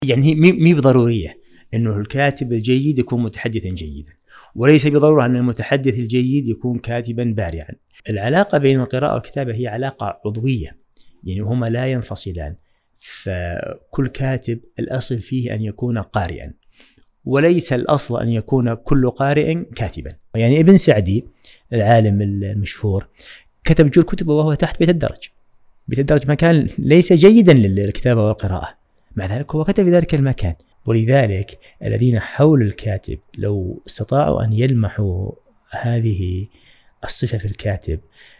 يعني مي بضرورية أنه الكاتب الجيد يكون متحدثا جيدا، وليس بضرورة أن المتحدث الجيد يكون كاتبا بارعا. العلاقة بين القراءة والكتابة هي علاقة عضوية، يعني هما لا ينفصلان. فكل كاتب الأصل فيه أن يكون قارئا، وليس الأصل أن يكون كل قارئ كاتبا. يعني ابن سعدي العالم المشهور كتب جل كتبه وهو تحت بيت الدرج، مكان ليس جيدا للكتابة والقراءة، مع ذلك هو كتب في ذلك المكان. ولذلك الذين حول الكاتب لو استطاعوا أن يلمحوا هذه الصفة في الكاتب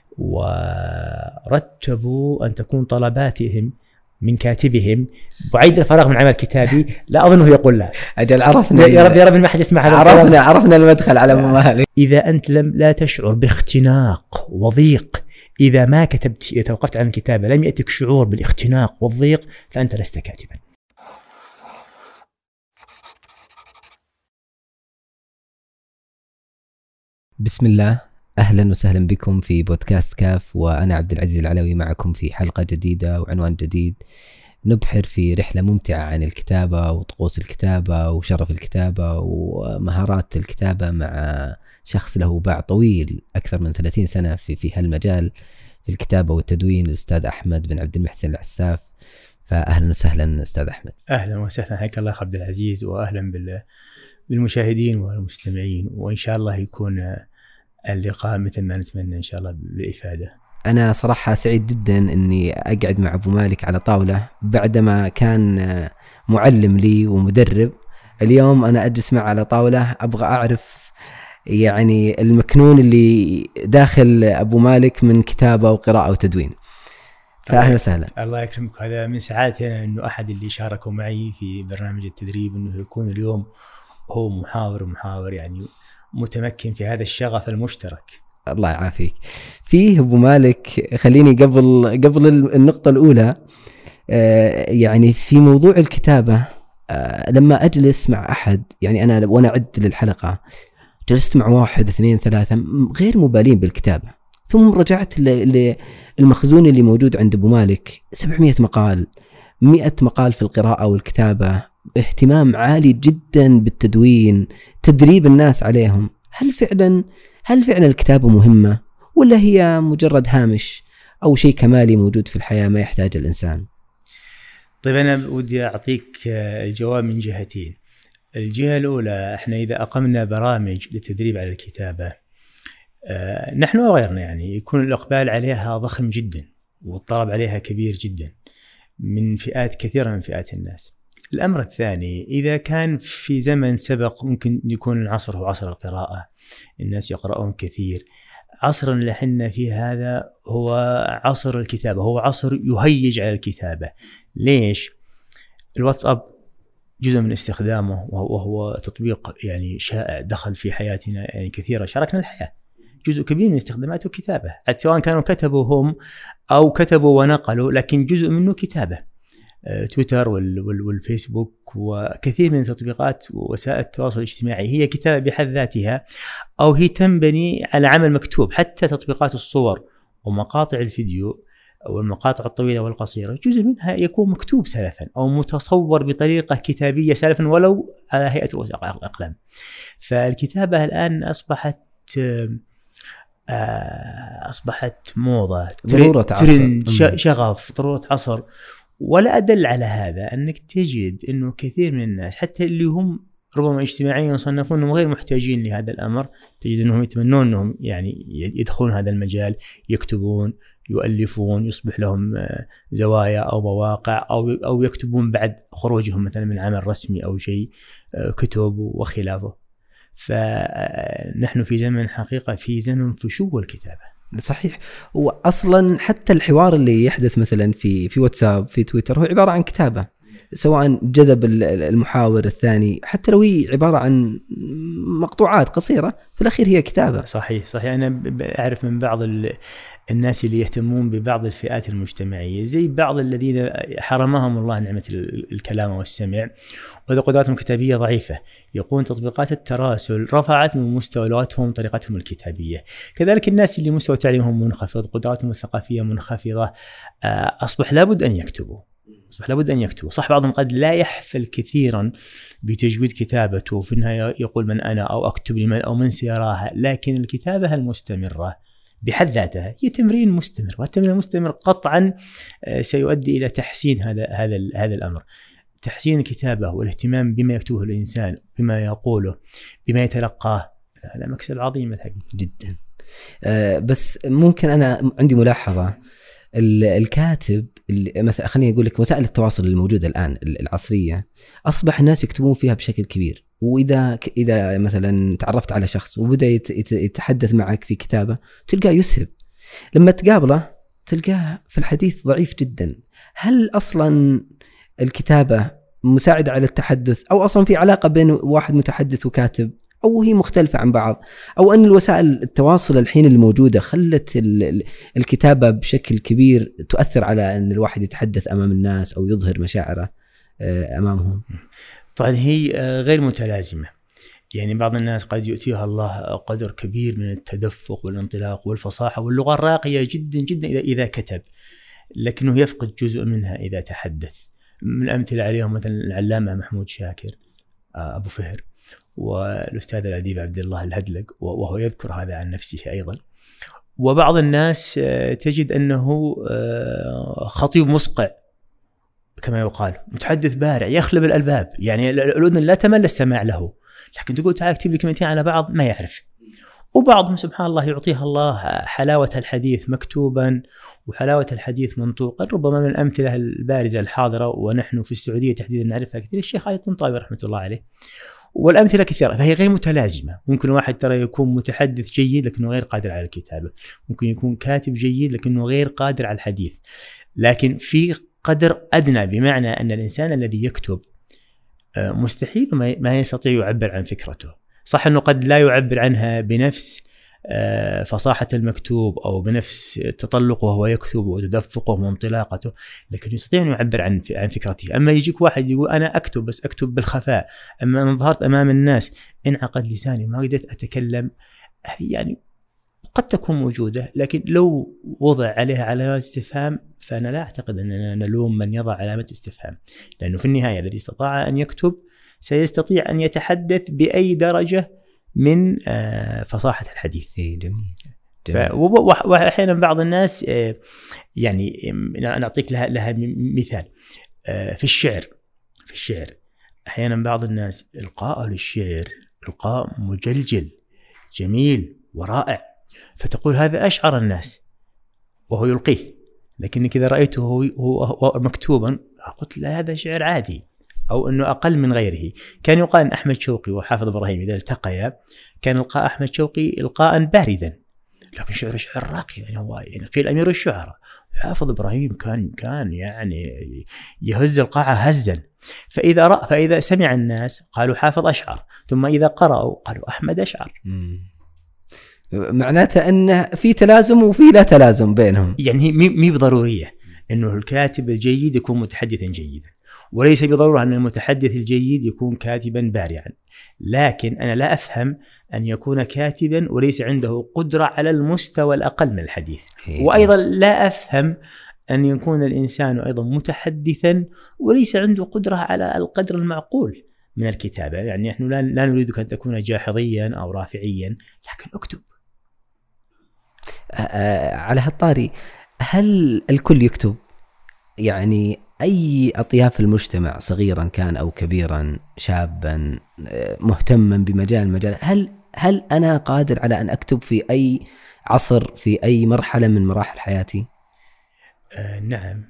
ورتبوا أن تكون طلباتهم من كاتبهم بعيد الفراغ من عمل كتابي، لا أظنه يقول لا. أجل عرفنا يا رب ما حد يسمع هذا. عرفنا المدخل على أبو مالك. إذا أنت لا تشعر باختناق وضيق، إذا ما كتبت، إذا توقفت عن الكتابة لم يأتك شعور بالاختناق والضيق، فأنت لست كاتبا. بسم الله، أهلا وسهلا بكم في بودكاست كاف، وأنا عبد العزيز العلوي معكم في حلقة جديدة وعنوان جديد. نبحر في رحلة ممتعة عن الكتابة وطقوس الكتابة وشرف الكتابة ومهارات الكتابة مع شخص له باع طويل أكثر من 30 سنة في هالمجال في الكتابة والتدوين، الأستاذ أحمد بن عبد المحسن العساف. فأهلا وسهلا أستاذ أحمد. أهلا وسهلا، حياك الله عبد العزيز، وأهلا بالمشاهدين والمستمعين، وإن شاء الله يكون اللقاء مثل ما نتمنى إن شاء الله بالإفادة. أنا صراحة سعيد جدا أني أقعد مع أبو مالك على طاولة بعدما كان معلم لي ومدرب. اليوم أنا أجلس معه على طاولة أبغى أعرف يعني المكنون اللي داخل أبو مالك من كتابة وقراءة وتدوين. فأهلا وسهلا. الله يكرمك. هذا من سعادتنا أنه أحد اللي شاركوا معي في برنامج التدريب أنه يكون اليوم هو محاور يعني متمكن في هذا الشغف المشترك. الله يعافيك. فيه أبو مالك، خليني قبل النقطة الأولى، يعني في موضوع الكتابة، لما أجلس مع أحد، يعني أنا وأنا أعد للحلقة جلست مع 1 2 3 غير مبالين بالكتابة، ثم رجعت للمخزون اللي موجود عند أبو مالك 700 مقال 100 مقال في القراءة والكتابة، اهتمام عالي جدا بالتدوين، تدريب الناس عليهم. هل فعلا الكتابة مهمة، ولا هي مجرد هامش أو شيء كمالي موجود في الحياة ما يحتاج الإنسان؟ طيب أنا ودي أعطيك الجواب من جهتين. الجهة الأولى، إحنا إذا أقمنا برامج للتدريب على الكتابة، نحن وغيرنا يعني يكون الإقبال عليها ضخم جدا والطلب عليها كبير جدا من فئات كثيرة من فئات الناس. الأمر الثاني، إذا كان في زمن سبق ممكن يكون العصر هو عصر القراءة، الناس يقرؤون كثير. عصر اللي حنا فيه هذا هو عصر الكتابة، هو عصر يهيج على الكتابة. ليش؟ الواتساب جزء من استخدامه، وهو تطبيق يعني شائع دخل في حياتنا يعني كثيرة، شاركنا الحياة، جزء كبير من استخداماته كتابة، سواء كانوا كتبوا هم أو كتبوا ونقلوا، لكن جزء منه كتابة. تويتر والفيسبوك وكثير من تطبيقات وسائل التواصل الاجتماعي هي كتابة بحد ذاتها، أو هي تنبني على عمل مكتوب. حتى تطبيقات الصور ومقاطع الفيديو أو المقاطع الطويلة والقصيرة جزء منها يكون مكتوب سلفا أو متصور بطريقة كتابية سلفا ولو على هيئة رؤوس أقلام. فالكتابة الآن أصبحت موضة، ضرورة عصر، شغف، ضرورة عصر. ولا أدل على هذا أنك تجد أنه كثير من الناس حتى اللي هم ربما اجتماعيا يصنفون أنهم غير محتاجين لهذا الأمر، تجد أنهم يتمنون أنهم يعني يدخلون هذا المجال، يكتبون، يؤلفون، يصبح لهم زوايا أو مواقع، أو يكتبون بعد خروجهم مثلا من عمل رسمي أو شيء، كتب وخلافه. فنحن في زمن حقيقة، في زمن فشو الكتابة. صحيح. وأصلا حتى الحوار اللي يحدث مثلا في واتساب، في تويتر، هو عبارة عن كتابة، سواء جذب المحاور الثاني، حتى لو هي عبارة عن مقطوعات قصيرة، في الأخير هي كتابة. صحيح. أنا أعرف من بعض الناس اللي يهتمون ببعض الفئات المجتمعية، زي بعض الذين حرمهم الله نعمة الكلام والسمع وذو قدراتهم الكتابية ضعيفة، يقول تطبيقات التراسل رفعت من مستوى لغتهم طريقتهم الكتابية. كذلك الناس اللي مستوى تعليمهم منخفض، قدراتهم الثقافية منخفضة، أصبح لابد أن يكتبوا. أصبح لابد أن يكتب. صح بعضهم قد لا يحفل كثيرا بتجويد كتابته، في النهاية يقول من أنا أو أكتب لمن أو من سيراها، لكن الكتابة المستمرة بحد ذاتها هي تمرين مستمر، والتمرين المستمر قطعا سيؤدي إلى تحسين هذا الأمر. تحسين الكتابة والاهتمام بما يكتبه الإنسان، بما يقوله، بما يتلقاه، هذا مكسب عظيم الحقيقة جدا. بس ممكن أنا عندي ملاحظة، الكاتب مثلا خليني أقول لك وسائل التواصل الموجودة الآن العصرية أصبح الناس يكتبون فيها بشكل كبير، وإذا مثلا تعرفت على شخص وبدأ يتحدث معك في كتابة تلقاه يسهب، لما تقابله تلقاه في الحديث ضعيف جدا. هل أصلا الكتابة مساعدة على التحدث، أو أصلا في علاقة بين واحد متحدث وكاتب، أو هي مختلفة عن بعض، أو أن الوسائل التواصل الحين الموجودة خلت الكتابة بشكل كبير تؤثر على أن الواحد يتحدث أمام الناس أو يظهر مشاعره أمامهم؟ طبعا هي غير متلازمة. يعني بعض الناس قد يؤتيها الله قدر كبير من التدفق والانطلاق والفصاحة واللغة الراقية جدا جدا إذا كتب، لكنه يفقد جزء منها إذا تحدث. من الأمثلة عليهم مثلا العلامة محمود شاكر أبو فهر، والأستاذ الأديب عبد الله الهدلق، وهو يذكر هذا عن نفسه أيضا. وبعض الناس تجد أنه خطيب مسقع كما يقال، متحدث بارع يخلب الألباب، يعني الأذن لا تمل السماع له، لكن تقول تعال اكتب لي كلمتين على بعض ما يعرف. وبعضهم سبحان الله يعطيها الله حلاوة الحديث مكتوبا وحلاوة الحديث منطوقا. ربما من الأمثلة البارزة الحاضرة ونحن في السعودية تحديدا نعرفها كثير الشيخ علي الطنطاوي رحمة الله عليه، والأمثلة كثيرة. فهي غير متلازمة. ممكن واحد ترى يكون متحدث جيد لكنه غير قادر على الكتابة، ممكن يكون كاتب جيد لكنه غير قادر على الحديث، لكن في قدر أدنى، بمعنى أن الإنسان الذي يكتب مستحيل ما يستطيع يعبر عن فكرته. صح أنه قد لا يعبر عنها بنفس فصاحة المكتوب أو بنفس تطلقه وهو يكتب وتدفقه وانطلاقته، لكن يستطيع أن يعبر عن فكرته. أما يجيك واحد يقول أنا أكتب بس أكتب بالخفاء، أما أنا ظهرت أمام الناس انعقد لساني ما قدرت أتكلم، هذه يعني قد تكون موجودة، لكن لو وضع عليها علامة استفهام فأنا لا أعتقد أننا نلوم من يضع علامة استفهام، لأنه في النهاية الذي استطاع أن يكتب سيستطيع أن يتحدث بأي درجة من فصاحة الحديث. جميل. وأحيانا بعض الناس يعني أنا أعطيك لها مثال في الشعر أحيانا بعض الناس إلقاء للشعر إلقاء مجلجل جميل ورائع، فتقول هذا أشعر الناس وهو يلقيه، لكنك إذا رأيته هو مكتوبا قلت لا هذا شعر عادي أو أنه أقل من غيره. كان يقال أن أحمد شوقي وحافظ إبراهيم إذا التقيا كان إلقاء أحمد شوقي إلقاء باردا، لكن شعر راقي، يعني هو يعني قيل أمير الشعراء. حافظ إبراهيم كان يعني يهز القاعة هزا. فإذا سمع الناس قالوا حافظ أشعر، ثم إذا قرأوا قالوا أحمد أشعر. معناته أن في تلازم وفي لا تلازم بينهم، يعني مي بضرورية أنه الكاتب الجيد يكون متحدثا جيدا، وليس بضرورة أن المتحدث الجيد يكون كاتبا بارعا، لكن أنا لا أفهم أن يكون كاتبا وليس عنده قدرة على المستوى الأقل من الحديث. وأيضا لا أفهم أن يكون الإنسان أيضا متحدثا وليس عنده قدرة على القدر المعقول من الكتابة. يعني نحن لا نريدك أن تكون جاحظيا أو رافعيا، لكن اكتب. على هالطاري، هل الكل يكتب؟ يعني أي أطياف المجتمع صغيرا كان أو كبيرا، شابا مهتما بمجال، هل أنا قادر على أن أكتب في أي عصر في أي مرحلة من مراحل حياتي؟ نعم.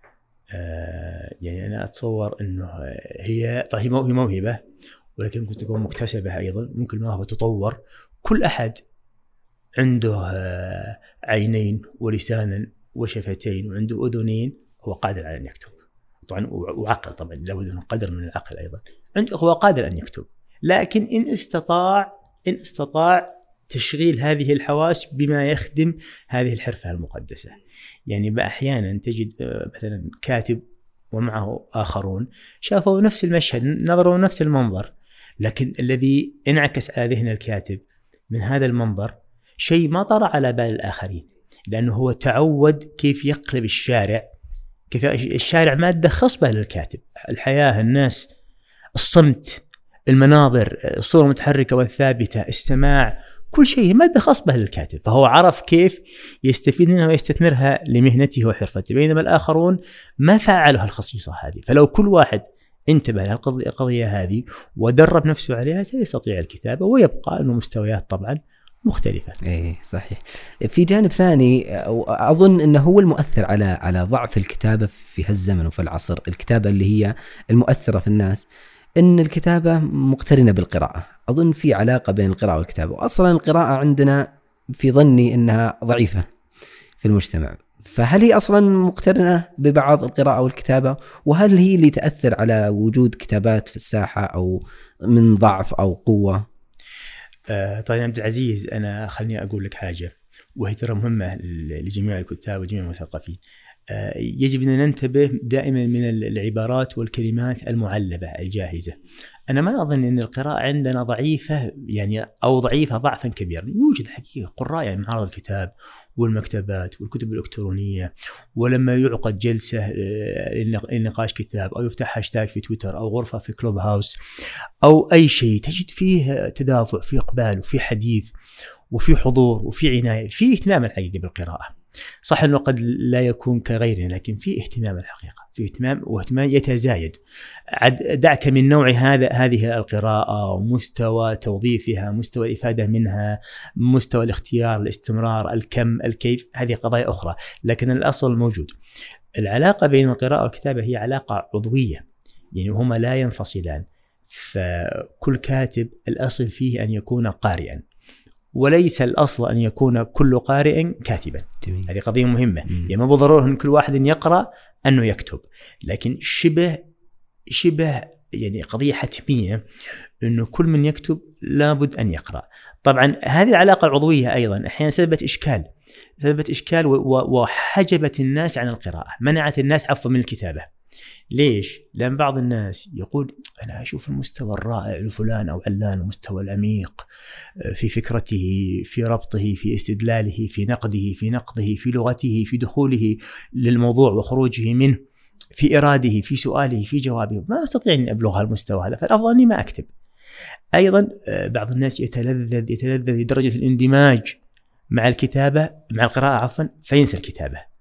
يعني أنا أتصور أنه هي موهبة، ولكن ممكن تكون مكتسبة أيضا. ممكن الموهبة تطور. كل أحد عنده عينين ولسانا وشفتين وعنده أذنين هو قادر على أن يكتب طبعا، وعقل طبعا لابد من قدر من العقل أيضا هو قادر أن يكتب، لكن إن استطاع تشغيل هذه الحواس بما يخدم هذه الحرفة المقدسة. يعني أحيانا تجد مثلا كاتب ومعه آخرون شافوا نفس المشهد، نظروا نفس المنظر، لكن الذي انعكس على ذهن الكاتب من هذا المنظر شيء ما طرأ على بال الآخرين، لأنه هو تعود كيف يقلب الشارع، الشارع مادة خصبة للكاتب، الحياة، الناس، الصمت، المناظر، الصورة المتحركة والثابتة، السماع، كل شيء مادة خصبة للكاتب، فهو عرف كيف يستفيد منها ويستثمرها لمهنته وحرفته، بينما الآخرون ما فعلوا هالخصيصة هذه. فلو كل واحد انتبه للقضية هذه ودرب نفسه عليها سيستطيع الكتابة، ويبقى أنه مستويات طبعا مختلفة. ايه صحيح. في جانب ثاني اظن انه هو المؤثر على ضعف الكتابة في هالزمن وفي العصر، الكتابة اللي هي المؤثرة في الناس، ان الكتابة مقترنة بالقراءة. اظن في علاقة بين القراءة والكتابة، واصلا القراءة عندنا في ظني انها ضعيفة في المجتمع، فهل هي اصلا مقترنة ببعض القراءة والكتابة؟ وهل هي اللي تأثر على وجود كتابات في الساحة او من ضعف او قوة؟ طيب عبد العزيز، أنا خلني أقول لك حاجة وهي ترى مهمة لجميع الكتاب وجميع المثقفين. يجب أن ننتبه دائما من العبارات والكلمات المعلبة الجاهزة. أنا ما أظن أن القراءة عندنا ضعيفة يعني أو ضعيفة ضعفا كبيرا. يوجد حقيقة قراء يعني معرض الكتاب والمكتبات والكتب الإلكترونية، ولما يعقد جلسة لنقاش كتاب أو يفتح هاشتاج في تويتر أو غرفة في كلوب هاوس أو أي شيء، تجد فيه تدافع، فيه إقبال وفيه حديث وفيه حضور وفيه عناية، فيه اهتمام الحقيقة بالقراءة. صح أنه قد لا يكون كغيرنا، لكن فيه اهتمام الحقيقة، فيه اهتمام واهتمام يتزايد. دعك من نوع هذه القراءة ومستوى توظيفها، مستوى الإفادة منها، مستوى الاختيار، الاستمرار، الكم، الكيف، هذه قضايا أخرى، لكن الأصل موجود. العلاقة بين القراءة والكتابة هي علاقة عضوية، يعني هما لا ينفصلان. فكل كاتب الأصل فيه أن يكون قارئا، وليس الأصل أن يكون كل قارئ كاتبا. هذه قضية مهمة. يعني ما بالضرورة أن كل واحد يقرأ أنه يكتب، لكن شبه يعني قضية حتمية أنه كل من يكتب لابد أن يقرأ. طبعا هذه العلاقة العضوية أيضا أحيانا سببت إشكال وحجبت الناس عن القراءة، منعت الناس عفوا من الكتابة. ليش؟ لأن بعض الناس يقول أنا أشوف المستوى الرائع لفلان أو علان، المستوى العميق في فكرته، في ربطه، في استدلاله، في نقده، في لغته، في دخوله للموضوع وخروجه منه، في إراده، في سؤاله، في جوابه، ما أستطيع أن أبلغ هالمستوى هذا، فالأفضل أني ما أكتب. أيضا بعض الناس يتلذذ لدرجة الاندماج مع الكتابة، مع القراءة عفوا، فينسى الكتابة.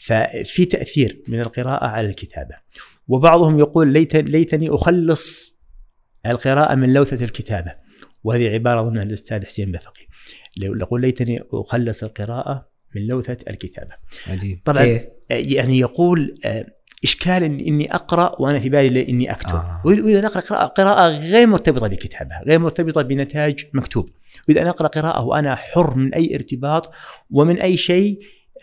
ففي تأثير من القراءة على الكتابة. وبعضهم يقول ليتني أخلص القراءة من لوثة الكتابة، وهذه عبارة ضمن الأستاذ حسين بفقي، يقول ليتني أخلص القراءة من لوثة الكتابة. عجيب. طبعا يعني يقول إشكال إني أقرأ وأنا في بالي إني أكتب. وإذا نقرأ قراءة غير مرتبطة بكتابة، غير مرتبطة بنتاج مكتوب، وإذا أنا أقرأ قراءة وأنا حر من أي ارتباط ومن أي شيء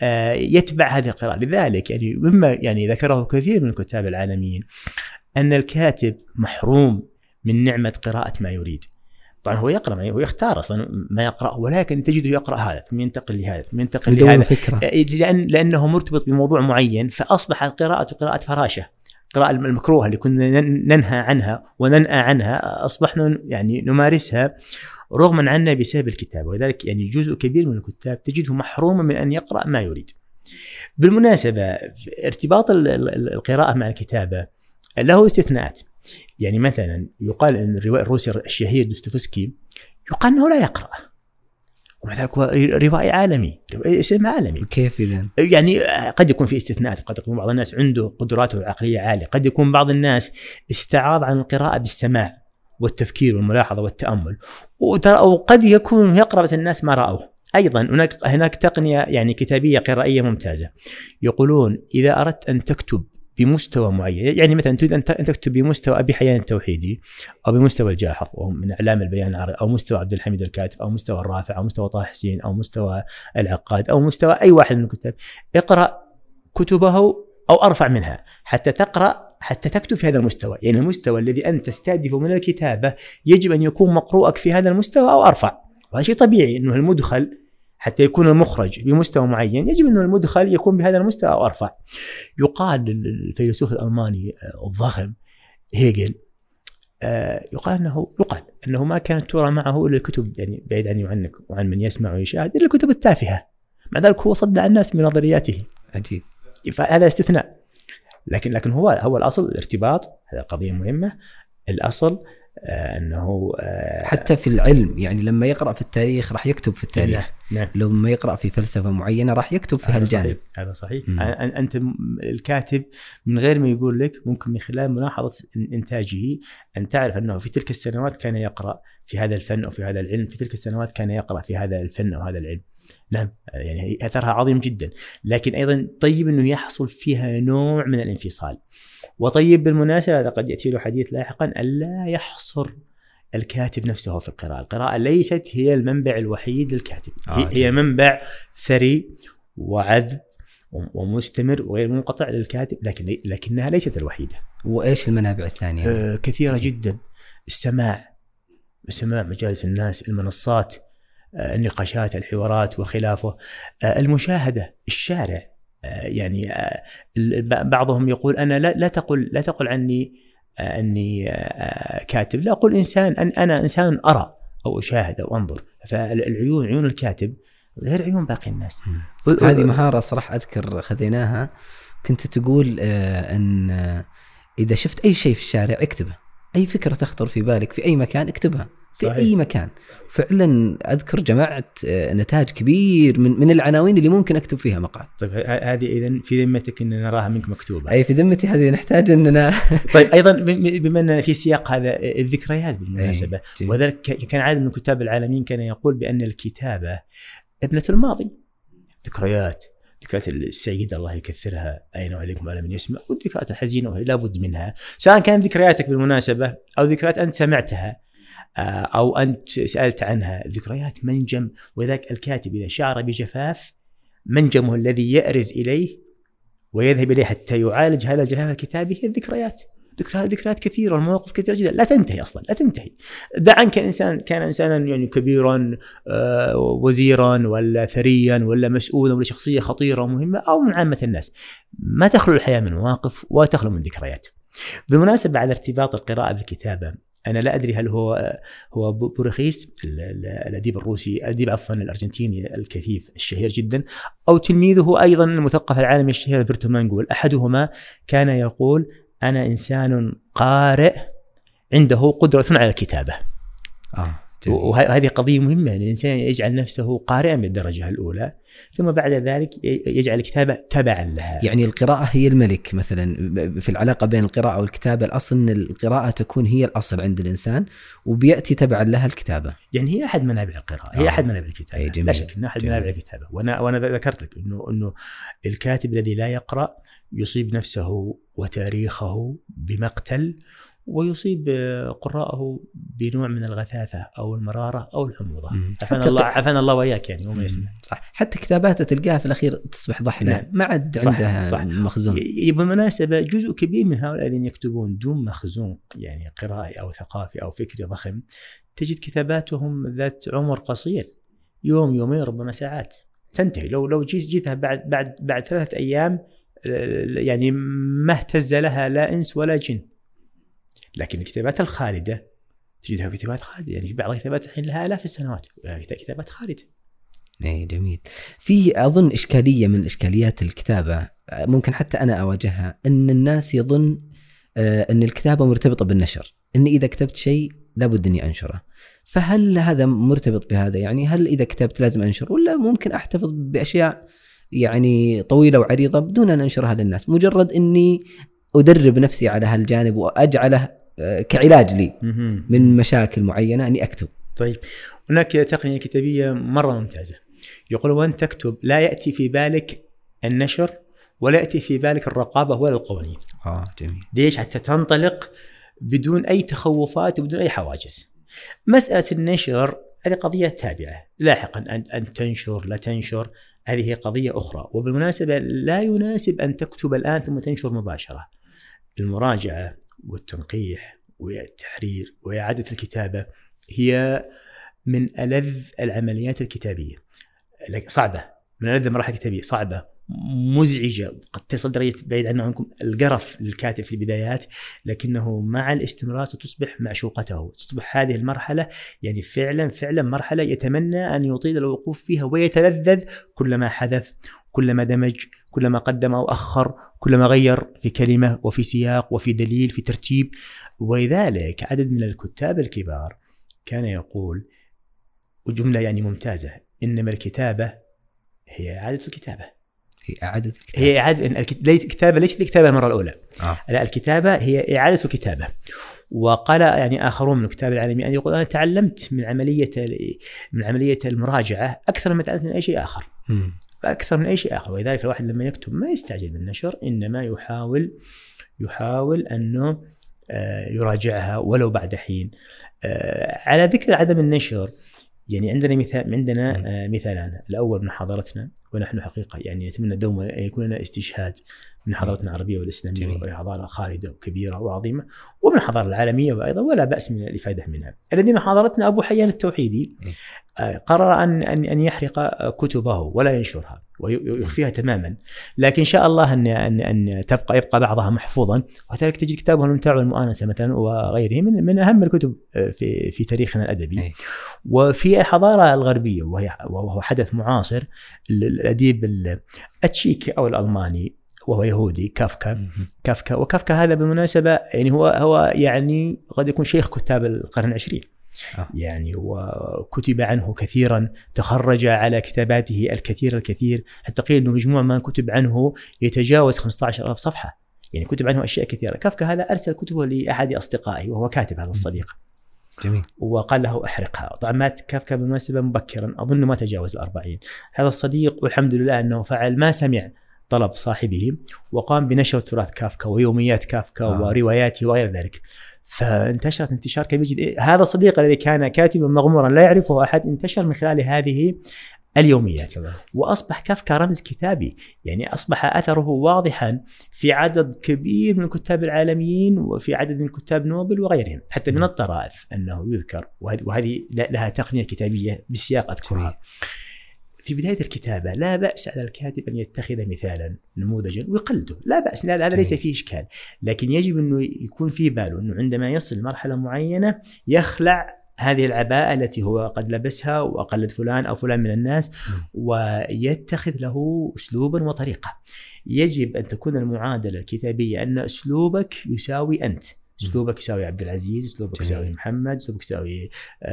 يتبع هذه القراءة. لذلك يعني مما يعني ذكره كثير من الكتاب العالميين أن الكاتب محروم من نعمة قراءة ما يريد. طبعا هو يقرأ، هو يختار أصلا ما يقرأ، ولكن تجده يقرأ هذا ثم ينتقل لهذا ثم ينتقل لهذا، لأنه مرتبط بموضوع معين، فأصبحت قراءة فراشة، قراءة المكروهة اللي كنا ننهى عنها وننأى عنها أصبحنا يعني نمارسها رغما عنا بسبب الكتاب. ولذلك يعني جزء كبير من الكتاب تجده محروما من أن يقرأ ما يريد. بالمناسبة ارتباط القراءة مع الكتابة له استثناءات. يعني مثلا يقال أن الروائي الروسي الشهير دوستويفسكي يقال أنه لا يقرأ، ومع ذلك هو روائي عالمي، اسم عالمي. كيف إذن؟ يعني قد يكون في استثناءات، قد يكون بعض الناس عنده قدراته العقلية عالية، قد يكون بعض الناس استعاض عن القراءة بالسماع والتفكير والملاحظة والتأمل، وقد يكون يقرأ بس الناس ما رأوه. أيضا هناك تقنية يعني كتابية قرائية ممتازة، يقولون إذا أردت أن تكتب بمستوى معين، يعني مثلا تريد أن تكتب بمستوى أبي حيان التوحيدي أو بمستوى الجاحظ أو من أعلام البيان العربي أو مستوى عبد الحميد الكاتب أو مستوى الرافع أو مستوى طه حسين أو مستوى العقاد أو مستوى أي واحد من الكتاب، اقرأ كتبه أو أرفع منها حتى تكتب في هذا المستوى. يعني المستوى الذي أنت تستهدف من الكتابة يجب أن يكون مقروءك في هذا المستوى أو أرفع، وهذا شيء طبيعي أنه المدخل حتى يكون المخرج بمستوى معين يجب أن المدخل يكون بهذا المستوى أو أرفع. يقال الفيلسوف الألماني الضخم هيجل يقال أنه ما كانت ترى معه إلا الكتب، يعني بعيد عني وعنك وعن من يسمع ويشاهد، إلا الكتب التافهة، مع ذلك هو صدع الناس من نظرياته. عجيب. فهذا استثناء. لكن هو الأصل الارتباط، هذا قضية مهمة. الأصل أنه حتى في العلم، يعني لما يقرأ في التاريخ راح يكتب في التاريخ. نعم. لما يقرأ في فلسفة معينة راح يكتب في هالجانب. هذا صحيح. أنت الكاتب من غير ما يقول لك ممكن من خلال ملاحظة إنتاجه أن تعرف أنه في تلك السنوات كان يقرأ في هذا الفن أو في هذا العلم، في تلك السنوات كان يقرأ في هذا الفن أو هذا العلم. نعم، يعني أثرها عظيم جدا. لكن أيضا طيب أنه يحصل فيها نوع من الانفصال. وطيب بالمناسبة هذا قد يأتي له حديث لاحقا، ألا يحصر الكاتب نفسه في القراءة. القراءة ليست هي المنبع الوحيد للكاتب، هي منبع ثري وعذب ومستمر وغير منقطع للكاتب، لكنها ليست الوحيدة. وإيش المنابع الثانية؟ كثيرة جدا. السماع مجالس الناس، المنصات، النقاشات، الحوارات وخلافه، المشاهدة، الشارع. يعني بعضهم يقول أنا لا تقل عني أني كاتب، لا أقول إنسان، أنا إنسان أرى أو أشاهد أو أنظر. فالعيون، عيون الكاتب غير عيون باقي الناس. هذه مهارة صراحة أذكر خذيناها. كنت تقول أن إذا شفت أي شيء في الشارع اكتبه، أي فكرة تخطر في بالك في أي مكان اكتبها في صحيح. أي مكان. فعلا أذكر جمعت نتاج كبير من العناوين اللي ممكن أكتب فيها مقال. طيب هذه إذن في ذمتك أن نراها منك مكتوبة؟ أي في ذمتي، هذه نحتاج أننا طيب أيضا بما أن في سياق هذا الذكريات بالمناسبة، وذلك كان عادة من الكتاب العالمين كان يقول بأن الكتابة ابنة الماضي. ذكريات السعيدة الله يكثرها، أين وعليكم على من يسمع، والذكريات الحزينة وهي لابد منها، سواء كان ذكرياتك بالمناسبة أو ذكريات أنت سمعتها أو أنت سألت عنها. ذكريات منجم، وذلك الكاتب إذا شعر بجفاف منجمه الذي يأرز إليه ويذهب إليه حتى يعالج هذا الجفاف الكتابي هي الذكريات. ذكريات كثيرة والمواقف كثيرة جدا لا تنتهي أصلا، لا تنتهي. دع عنك كان إنسانا يعني كبيرا، وزيرا ولا ثريا ولا مسؤولا ولا شخصية خطيرة ومهمة أو من عامة الناس، ما تخلو الحياة من مواقف وتخلو من ذكريات. بالمناسبة على ارتباط القراءة بالكتابة، أنا لا أدري هل هو بورخيس الأديب الروسي، الأرجنتيني الكفيف الشهير جدا، أو تلميذه أيضا المثقف العالمي الشهير برتو مانجول، أحدهما كان يقول أنا إنسان قارئ عنده قدرة على الكتابة. وهذه قضية مهمة، يعني الإنسان يجعل نفسه قارئا بالدرجة الأولى، ثم بعد ذلك يجعل الكتابة تبعا لها. يعني القراءة هي الملك مثلا في العلاقة بين القراءة والكتابة. الأصل أن القراءة تكون هي الأصل عند الإنسان، وبيأتي تبعا لها الكتابة. يعني هي أحد منابع القراءة، هي أحد منابع الكتابة، لا شك أنها أحد منابع الكتابة. وأنا ذكرت لك إنه الكاتب الذي لا يقرأ يصيب نفسه وتاريخه بمقتل، ويصيب قراءه بنوع من الغثاثة أو المرارة أو الحموضة. عفانا الله وإياك، يعني هو ما يسمع. صح. حتى كتاباته تلقاها في الأخير تصبح ضحلة، ما عاد عندها مخزون. بالمناسبة جزء كبير من هؤلاء الذين يكتبون دون مخزون يعني قرائي أو ثقافي أو فكري ضخم، تجد كتاباتهم ذات عمر قصير، يوم يومين ربما ساعات تنتهي. لو جيتها بعد 3 أيام يعني ما اهتز لها لا إنس ولا جن. لكن الكتابات الخالدة تجدها كتابات خالدة، يعني في بعض الكتابات الحين لها آلاف السنوات كتابات خالدة. جميل. في أظن إشكالية من إشكاليات الكتابة ممكن حتى أنا أواجهها، أن الناس يظن أن الكتابة مرتبطة بالنشر، أني إذا كتبت شيء لابد أني أنشره. فهل هذا مرتبط بهذا؟ يعني هل إذا كتبت لازم أنشر، ولا ممكن أحتفظ بأشياء يعني طويلة وعريضة بدون أن أنشرها للناس، مجرد أني أدرب نفسي على هالجانب وأجعله كعلاج لي من مشاكل معينة أني أكتب؟ طيب، هناك تقنية كتابية مرة ممتازة، يقول وأن تكتب لا يأتي في بالك النشر ولا يأتي في بالك الرقابة ولا القوانين. جميل. ليش؟ حتى تنطلق بدون أي تخوفات وبدون أي حواجز. مسألة النشر هذه قضية تابعة لاحقا، أن تنشر لا تنشر هذه قضية أخرى. وبالمناسبة لا يناسب أن تكتب الآن ثم تنشر مباشرة. المراجعة والتنقيح والتحرير وإعادة الكتابة هي من ألذ العمليات الكتابية، صعبة، من ألذ المراحل الكتابية، صعبة مزعجة قد تصل درجة بعيد عنكم القرف للكاتب في البدايات، لكنه مع الاستمرار ستصبح معشوقته. تصبح هذه المرحلة يعني فعلا مرحلة يتمنى أن يطيل الوقوف فيها ويتلذذ كلما حدث، كلما دمج، كلما قدم أو أخر، كلما غير في كلمة وفي سياق وفي دليل في ترتيب. ولذلك عدد من الكتاب الكبار كان يقول وجملة يعني ممتازة: إنما الكتابة هي إعادة الكتابة. هي إعادة الكتابة ليست الكتابة المرة الأولى. لا، الكتابة هي إعادة الكتابة. وقال يعني آخرون من الكتاب العالمي أن يقول أنا تعلمت من عملية المراجعة أكثر مما تعلمت من أي شيء آخر. أكثر من أي شيء آخر. ولذلك الواحد لما يكتب ما يستعجل بالنشر، إنما يحاول أنه يراجعها ولو بعد حين. على ذكر عدم النشر، يعني عندنا مثالان. الأول من حضارتنا، ونحن حقيقة يعني نتمنى دوما أن يكون لنا استشهاد من حضارتنا العربية والإسلامية، وهي حضارة خالدة وكبيرة وعظيمة، ومن الحضارة العالمية وأيضا ولا بأس من الإفادة منها. الذي من حضارتنا أبو حيان التوحيدي قرر أن يحرق كتبه ولا ينشرها ويخفيها تماما، لكن إن شاء الله أن يبقى بعضها محفوظا. وذلك تجد كتابه الممتع والمؤانسة مثلا وغيره من أهم الكتب في تاريخنا الأدبي. وفي الحضارة الغربية وهو حدث معاصر، الأديب التشيكي أو الألماني وهو يهودي كافكا. وكافكا هذا بالمناسبة يعني هو يعني قد يكون شيخ كتاب القرن العشرين. يعني وكتب عنه كثيرا، تخرج على كتاباته الكثير، حتى قيل أنه مجموع ما كتب عنه يتجاوز 15,000 صفحة. يعني كتب عنه أشياء كثيرة. كافكا هذا أرسل كتبه لأحد أصدقائه وهو كاتب هذا الصديق. جميل. وقال له أحرقها. طبعا مات كافكا بالمناسبة مبكرا، أظن ما تجاوز 40. هذا الصديق والحمد لله أنه فعل ما سمع طلب صاحبه، وقام بنشر تراث كافكا ويوميات كافكا ورواياته وغير ذلك. فانتشرت انتشار كبير جدا. هذا الصديق الذي كان كاتبا مغمورا لا يعرفه أحد انتشر من خلال هذه اليوميات، وأصبح كافكا رمز كتابي. يعني أصبح أثره واضحا في عدد كبير من الكتاب العالميين، وفي عدد من كتاب نوبل وغيرهم. حتى من الطرائف أنه يذكر، وهذه لها تقنية كتابية بالسياق أذكرها. في بداية الكتابة لا بأس على الكاتب أن يتخذ مثالا نموذجا ويقلده، لا بأس، لا هذا ليس فيه إشكال. لكن يجب أنه يكون في باله أنه عندما يصل مرحلة معينة يخلع هذه العباءة التي هو قد لبسها وأقلد فلان أو فلان من الناس، ويتخذ له أسلوبا وطريقة. يجب أن تكون المعادلة الكتابية أن أسلوبك يساوي أنت، أسلوبك يساوي عبد العزيز، أسلوبك يساوي محمد، أسلوبك يساوي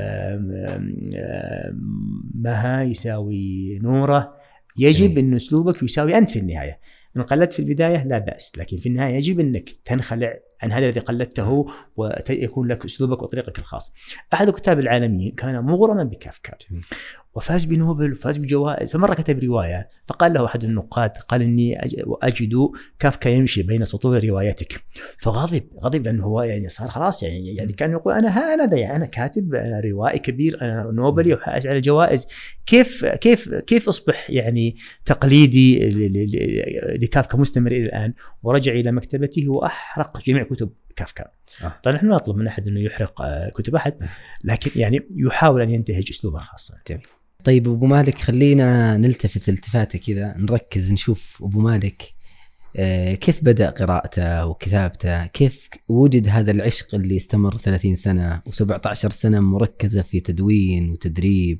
مها، يساوي نورة. يجب أن أسلوبك يساوي أنت في النهاية. إن قلدت في البداية لا بأس، لكن في النهاية يجب أنك تنخلع عن هذا الذي قلدته ويكون لك أسلوبك وطريقك الخاص. أحد الكتاب العالميين كان مغرما بكافكا وفاز بنوبل وفاز بجوائز. فمرة كتب رواية فقال له أحد النقاد، قال إني أجد كافكا يمشي بين سطور روايتك. فغضب لأنه هو يعني صار خلاص يعني كان يقول أنا كاتب روائي كبير، أنا نوبلي وحائز على الجوائز، كيف أصبح يعني تقليدي لكافكا مستمر إلى الآن؟ ورجع إلى مكتبته وأحرق جميع كتب كافكا. طبعا نحن نطلب من أحد أنه يحرق كتب أحد، لكن يعني يحاول أن ينتهج أسلوبا خاصا. جميل. طيب أبو مالك، خلينا نلتفت التفاتة كذا، نركز نشوف أبو مالك كيف بدأ قراءته وكتابته، كيف وجد هذا العشق اللي استمر 30 سنة و17 سنة مركزة في تدوين وتدريب،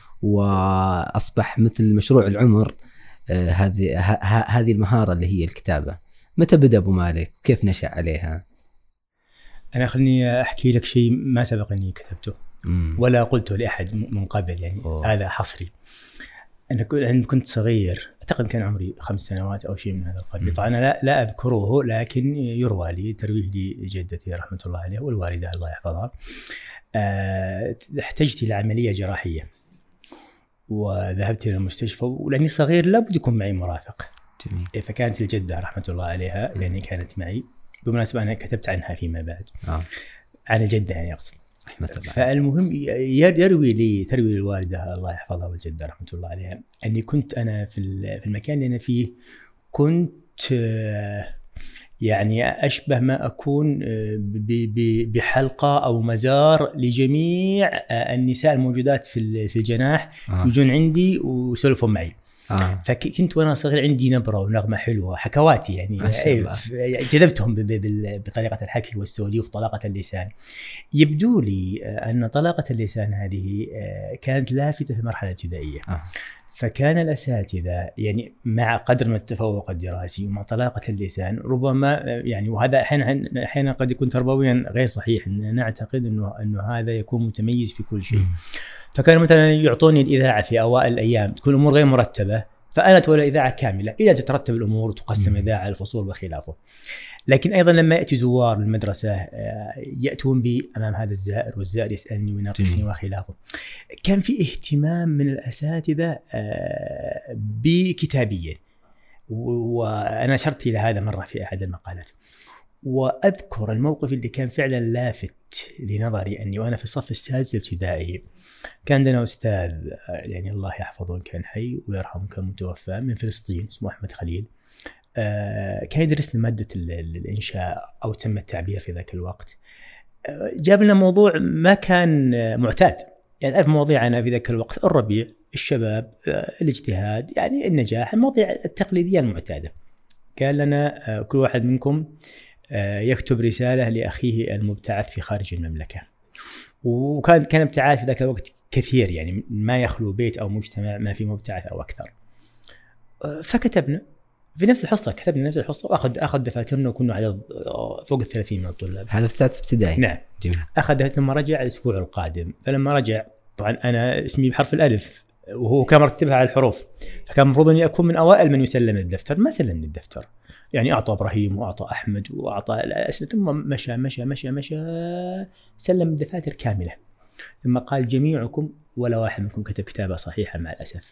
وأصبح مثل مشروع العمر هذه المهارة اللي هي الكتابة. متى بدأ أبو مالك وكيف نشأ عليها؟ أنا خلني أحكي لك شيء ما سبق أني كتبته ولا قلته لأحد من قبل، يعني هذا حصري. أنا كنت صغير، أعتقد كان عمري 5 سنوات أو شيء من هذا القبيل. طبعا أنا لا أذكره، لكن يروى لي، ترويه لي جدتي رحمة الله عليها والوالدة الله يحفظها. احتجت إلى عملية جراحية وذهبت إلى المستشفى، ولأني صغير لابد يكون معي مرافق. جميل. فكانت الجدة رحمة الله عليها يعني كانت معي. بالمناسبة أنا كتبت عنها فيما بعد، عن الجدة يعني أقصد. فالمهم تروي لي الوالدة الله يحفظها والجدة رحمة الله عليها أني كنت أنا في المكان اللي أنا فيه كنت يعني أشبه ما أكون بحلقة أو مزار لجميع النساء الموجودات في الجناح، يجون عندي ويسولفون معي. فكنت وانا صغير عندي نبره ونغمه حلوه، حكواتي يعني جذبتهم بطريقه الحكي والسولي وفي طلاقه اللسان. يبدو لي ان طلاقه اللسان هذه كانت لافتة في المرحلة الابتدائية. فكان الأساتذة يعني مع قدر من التفوق الدراسي ومع طلاقة اللسان ربما يعني، وهذا أحيانا قد يكون تربويا غير صحيح، أن نعتقد أنه هذا يكون متميز في كل شيء. فكانوا مثلا يعطوني الإذاعة في أوائل الأيام تكون الأمور غير مرتبة، فأنا أتولى إذاعة كاملة إلى تترتب الأمور وتقسم إذاعة الفصول وخلافه. لكن أيضا لما يأتي زوار للمدرسة يأتون بي أمام هذا الزائر، والزائر يسألني ويناقشني وخلافه. كان في اهتمام من الأساتذة بكتابيا، وأنا أشرت إلى هذا مرة في أحد المقالات. وأذكر الموقف اللي كان فعلا لافت لنظري أني وأنا في الصف السادس الابتدائي كان عندنا أستاذ يعني الله يحفظه كان حي ويرحمه كان متوفى من فلسطين اسمه أحمد خليل. كان يدرسنا مادة الإنشاء أو تسمى التعبير في ذاك الوقت. جاب لنا موضوع ما كان معتاد، يعني أعرف مواضيعنا في ذاك الوقت الربيع، الشباب، الاجتهاد، يعني النجاح، المواضيع التقليدية المعتادة. قال لنا كل واحد منكم يكتب رسالة لأخيه المبتعث في خارج المملكة. وكان ابتعاث في ذاك الوقت كثير، يعني ما يخلو بيت أو مجتمع ما في مبتعث أو أكثر. فكتبنا في نفس الحصة، كتبنا نفس الحصة، وأخذ دفاترنا وكنا عدد فوق 30 من الطلاب. هذا في السادس ابتدائي. نعم جميل. أخذ دفاتر ثم رجع الأسبوع القادم. فلما رجع طبعا أنا اسمي بحرف الألف وهو كان مرتبها على الحروف، فكان المفروض أني أكون من أوائل من يسلم الدفتر. ما سلمني الدفتر، يعني أعطى إبراهيم وأعطى أحمد وأعطى الأسئلة، ثم مشى مشى مشى مشى سلم الدفاتر كاملة. ثم قال جميعكم ولا واحد منكم كتب كتابة صحيحة. مع الأسف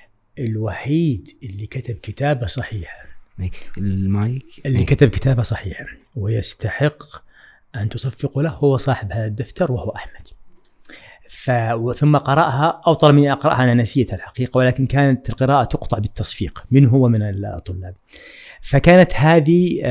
الوحيد اللي كتب كتابة صحيحة المايك اللي كتب كتابة صحيحة ويستحق أن تصفقوا له هو صاحب هذا الدفتر وهو أحمد. ثم قرأها أو طلب مني أقرأها، أنا نسيتها الحقيقة، ولكن كانت القراءة تقطع بالتصفيق منه ومن الطلاب. فكانت هذه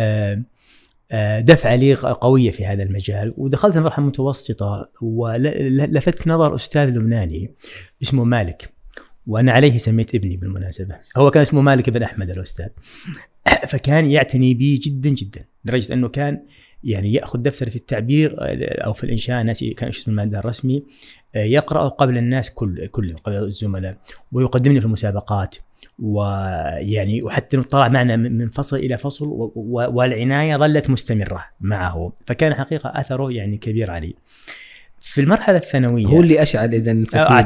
دفعة لي قوية في هذا المجال. ودخلت المرحلة المتوسطة ولفتت نظر أستاذ لبناني اسمه مالك، وأنا عليه سميت ابني بالمناسبة، هو كان اسمه مالك بن أحمد الأستاذ. فكان يعتني بي جدا جدا، لدرجة أنه كان يعني يأخذ دفتر في التعبير أو في الإنشاء، ناسي كان اسم المادة الرسمي، يقرأه قبل الناس كل قبل الزملاء، ويقدمني في المسابقات، ويعني وحتى طلع معنا من فصل إلى فصل، والعناية ظلت مستمرة معه. فكان حقيقة أثره يعني كبير علي. في المرحلة الثانوية هو اللي أشعل إذن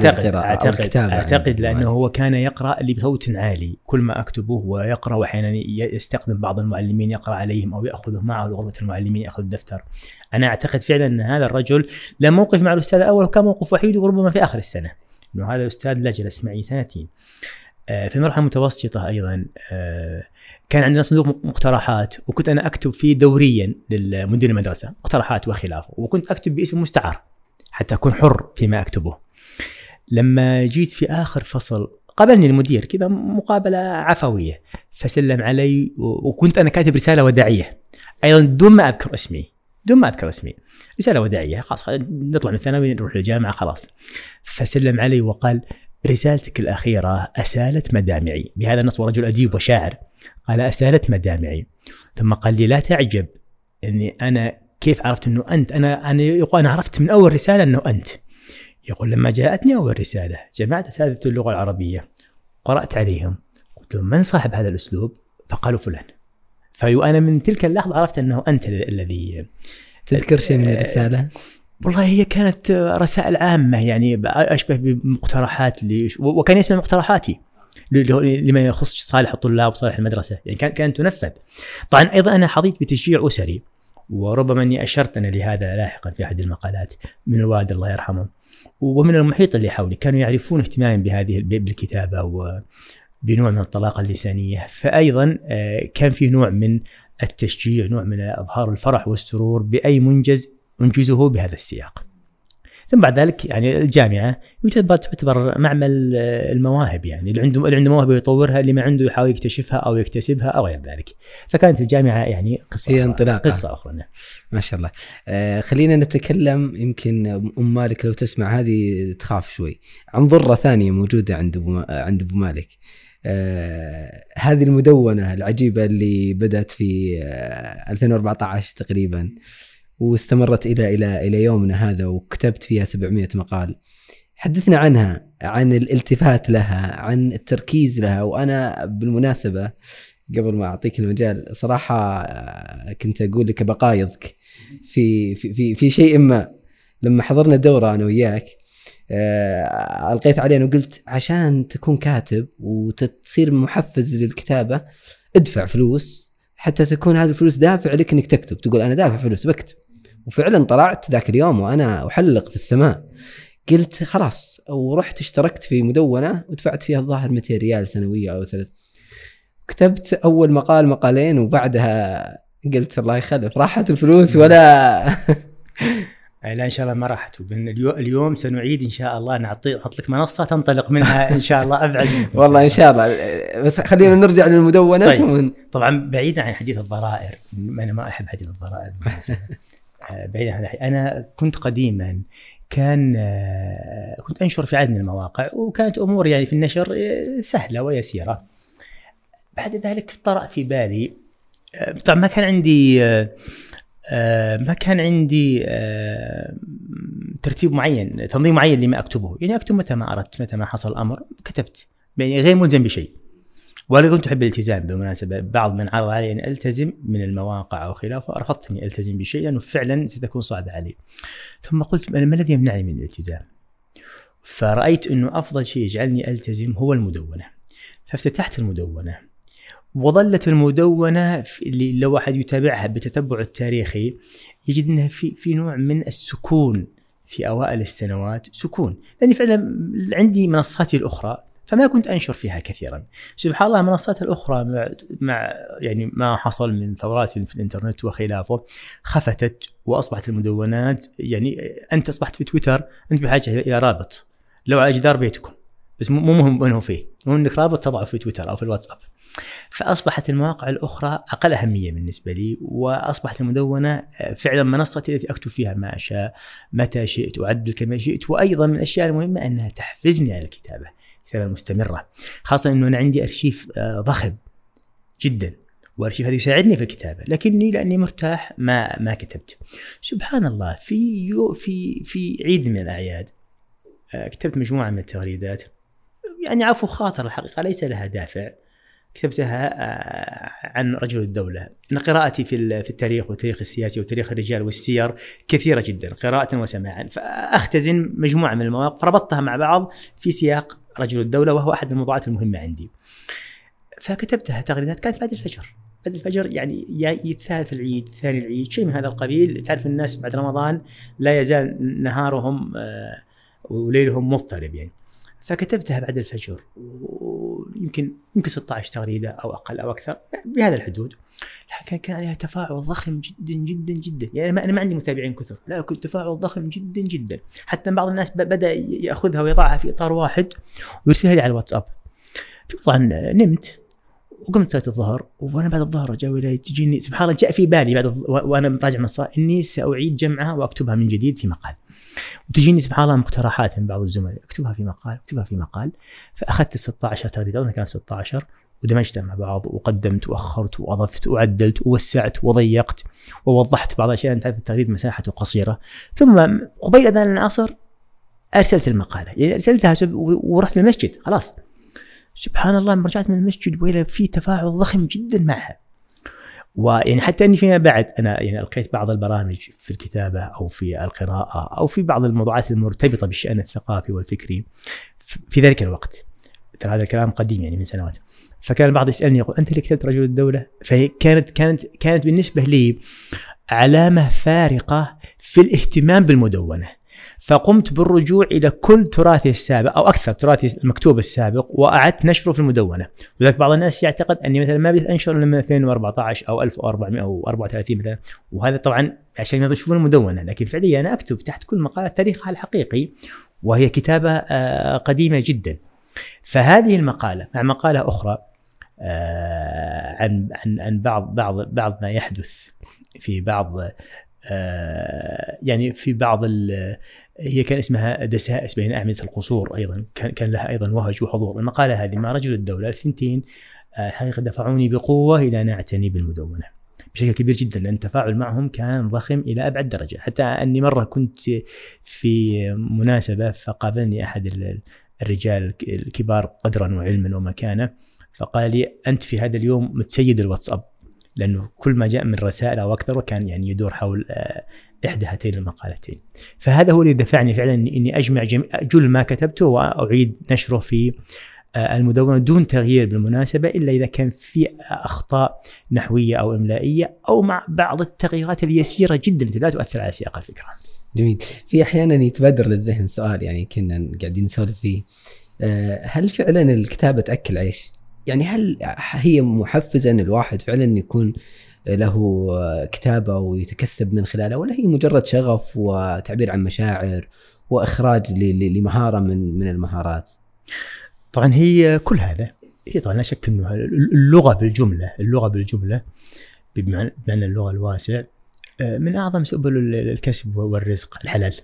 أعتقد لأنه هو كان يقرأ لي بصوت عالي كل ما أكتبه ويقرأ، وأحيانا يستخدم بعض المعلمين يقرأ عليهم أو يأخذه معه لغرفة المعلمين يأخذ الدفتر. أنا أعتقد فعلا أن هذا الرجل له موقف مع الأستاذ الأول وكان موقف وحيد، وربما في آخر السنة، إنه هذا الأستاذ لا جلس معي سنتين. في المرحلة المتوسطة أيضا كان عندنا صندوق مقترحات، وكنت أنا أكتب فيه دوريا للمدير المدرسة مقترحات وخلافه، وكنت أكتب باسم مستعار حتى أكون حر فيما أكتبه. لما جيت في آخر فصل قابلني المدير كذا مقابلة عفوية، فسلم علي، وكنت أنا كاتب رسالة وداعية أيضا دون ما أذكر اسمي، رسالة وداعية، خلاص نطلع من الثانوي نروح للجامعة خلاص. فسلم علي وقال رسالتك الأخيرة أسالت مدامعي، بهذا النص، ورجل أديب وشاعر، قال أسالت مدامعي. ثم قال لي لا تعجب أني أنا كيف عرفت أنه أنت، أنا عرفت من أول رسالة أنه أنت. يقول لما جاءتني أول رسالة جمعت أساتذة اللغة العربية قرأت عليهم، قلت لهم من صاحب هذا الأسلوب؟ فقالوا فلان. فأنا من تلك اللحظة عرفت أنه أنت الذي. تذكر شيء من الرسالة؟ والله هي كانت رسائل عامة، يعني أشبه بمقترحات وكان يسمع مقترحاتي لما يخص صالح الطلاب وصالح المدرسة، يعني كانت تنفذ. طبعا أيضا أنا حظيت بتشجيع أسري، وربما أني أشرت أنا لهذا لاحقا في أحد المقالات، من الوالد الله يرحمه ومن المحيط اللي حولي، كانوا يعرفون اهتمامي بهذه بالكتابة وبنوع من الطلاقة اللسانية. فأيضا كان في نوع من التشجيع، نوع من إظهار الفرح والسرور بأي منجز أنجزه بهذا السياق. ثم بعد ذلك يعني الجامعة تعتبر معمل المواهب، يعني اللي عنده موهبة يطورها، اللي ما عنده يحاول يكتشفها أو يكتسبها أو غير ذلك. فكانت الجامعة يعني قصة أخرى. ما شاء الله. خلينا نتكلم، يمكن أم مالك لو تسمع هذه تخاف شوي، عن ضرة ثانية موجودة عند أبو مالك. هذه المدونة العجيبة اللي بدأت في 2014 تقريبا واستمرت إلى يومنا هذا، وكتبت فيها 700 مقال. حدثنا عنها، عن الالتفات لها، عن التركيز لها. وأنا بالمناسبة قبل ما أعطيك المجال صراحة كنت أقول لك بقايضك في شيء ما. لما حضرنا دورة أنا وياك ألقيت علينا وقلت عشان تكون كاتب وتصير محفز للكتابة ادفع فلوس حتى تكون هذه الفلوس دافع لك انك تكتب. تقول انا دافع فلوس بكتب. وفعلا طلعت ذاك اليوم وانا احلق في السماء. قلت خلاص، ورحت اشتركت في مدونة ودفعت فيها الظاهر 200 ريال سنوية او 3. كتبت اول مقالين وبعدها قلت الله يخلف راحت الفلوس ولا لا إن شاء الله ما راحت. اليوم سنعيد إن شاء الله، نحط لك منصة تنطلق منها إن شاء الله أبعد والله إن شاء الله. بس خلينا نرجع للمدونة. طيب. طبعا بعيدا عن حديث الضرائر، أنا ما أحب حديث الضرائر بعيدا عن أنا كنت قديما كنت أنشر في عدد من المواقع، وكانت أمور يعني في النشر سهلة ويسيرة. بعد ذلك طرأ في بالي، طبعا ما كان عندي ترتيب معين، تنظيم معين لما أكتبه. يعني أكتب متى ما أردت، متى ما حصل الأمر كتبت، يعني غير ملزم بشيء. ولا كنت أحب الالتزام بالمناسبة. بعض من عرض علي أن ألتزم من المواقع أو خلافه، رفضت أني ألتزم بشيء لأنه فعلا ستكون صعبة علي. ثم قلت ما الذي يمنعني من الالتزام؟ فرأيت أنه أفضل شيء يجعلني ألتزم هو المدونة. فافتتحت المدونة، وظلت المدونة اللي لو واحد يتابعها بتتبع التاريخي يجد أنها في نوع من السكون في أوائل السنوات، سكون، لأني فعلا عندي منصاتي الأخرى فما كنت أنشر فيها كثيرا. سبحان الله منصات الأخرى مع يعني ما حصل من ثورات في الإنترنت وخلافه خفتت، وأصبحت المدونات يعني أنت أصبحت في تويتر أنت بحاجة إلى رابط لو على جدار بيتكم، بس مو مهم أنه فيه، مو أنك رابط تضعه في تويتر أو في الواتساب. فأصبحت المواقع الأخرى أقل أهمية بالنسبة لي، وأصبحت المدونة فعلا منصتي التي أكتب فيها ما أشاء متى شئت، أعدل كما شئت. وأيضا من الأشياء المهمة أنها تحفزني على الكتابة مستمرة، خاصة أنه أنا عندي أرشيف ضخم جدا، وأرشيف هذا يساعدني في الكتابة، لكني لأني مرتاح ما كتبت. سبحان الله في عيد من الأعياد كتبت مجموعة من التغريدات، يعني عفو خاطر الحقيقة ليس لها دافع. كتبتها عن رجل الدولة. أنا قراءتي في التاريخ والتاريخ السياسي وتاريخ الرجال والسير كثيرة جدا قراءة وسماعا، فأختزن مجموعة من المواقف ربطتها مع بعض في سياق رجل الدولة، وهو أحد الموضوعات المهمة عندي. فكتبتها تغريدات كانت بعد الفجر يعني الثالث العيد ثاني العيد شيء من هذا القبيل. تعرف الناس بعد رمضان لا يزال نهارهم وليلهم مضطرب يعني. فكتبتها بعد الفجر، ويمكن 16 تغريدة أو أقل أو أكثر بهذا الحدود، لكن كان عليها تفاعل ضخم جدا جدا جدا. يعني أنا ما عندي متابعين كثر، لا كنت تفاعل ضخم جدا جدا، حتى بعض الناس بدأ يأخذها ويضعها في إطار واحد ويرسلها لي على الواتساب. طبعا نمت وقمت صلاة الظهر، وأنا بعد الظهر رجعوا إلي تجيني سبحان الله، جاء في بالي وأنا مراجع مصائب إني سأعيد جمعها وأكتبها من جديد في مقال. وتجيني سبحان الله مقترحات من بعض الزملاء اكتبها في مقال. فأخذت 16 تغريدة، أنا كان 16، ودمجتها مع بعض، وقدمت وأخرت وأضفت وعدلت ووسعت وضيقت ووضحت بعض الأشياء. أنت عارف التغريد مساحته قصيرة. ثم قبيل أذان العصر أرسلت المقالة، يعني أرسلتها ورحت للمسجد خلاص. سبحان الله رجعت من المسجد وإلى في تفاعل ضخم جدا معها. ويعني حتى أني فيما بعد أنا يعني ألقيت بعض البرامج في الكتابة أو في القراءة أو في بعض الموضوعات المرتبطة بالشأن الثقافي والفكري في ذلك الوقت. ترى هذا الكلام قديم يعني من سنوات. فكان البعض يسألني يقول أنت اللي كتبت رجل الدولة؟ فهي كانت بالنسبة لي علامة فارقة في الاهتمام بالمدونة. فقمت بالرجوع إلى كل تراثي السابق أو أكثر تراثي المكتوب السابق وأعدت نشره في المدونة. ولذلك بعض الناس يعتقد أني مثلا ما بدأت أنشر من 2014 أو 1434 مثلا، وهذا طبعا عشان يشوفون المدونة، لكن فعليا أنا أكتب تحت كل مقالة تاريخها الحقيقي، وهي كتابة قديمة جدا. فهذه المقالة مع مقالة أخرى عن بعض ما يحدث في بعض يعني في بعض هي كان اسمها دسائس بين أعمدة القصور، أيضا كان لها أيضا وهج وحضور. المقالة هذه مع رجل الدولة الثنتين الحقيقة دفعوني بقوة إلى أن أعتني بالمدونة بشكل كبير جدا، لأن التفاعل معهم كان ضخم إلى أبعد درجة. حتى أني مرة كنت في مناسبة فقابلني أحد الرجال الكبار قدرا وعلما ومكانة، فقال لي أنت في هذا اليوم متسيد الواتساب، لأنه كل ما جاء من رسائل أو أكثر وكان يعني يدور حول إحدى هاتين المقالتين. فهذا هو اللي دفعني فعلا إني أجمع جل ما كتبته وأعيد نشره في المدونة دون تغيير بالمناسبة، إلا إذا كان في أخطاء نحوية أو إملائية أو مع بعض التغييرات اليسيرة جدا التي لا تؤثر على سياق الفكرة. جميل. في أحيانا يتبادر للذهن سؤال يعني كنا قاعدين نسولف فيه، هل فعلا الكتابة تأكل عيش؟ يعني هل هي محفزة أن الواحد فعلا يكون له كتابة ويتكسب من خلالها، ولا هي مجرد شغف وتعبير عن مشاعر وإخراج لمهارة من المهارات؟ طبعا هي كل هذا، هي طبعا لا شك أنه اللغة بالجملة بمعنى اللغة الواسع من أعظم سبل الكسب والرزق الحلال،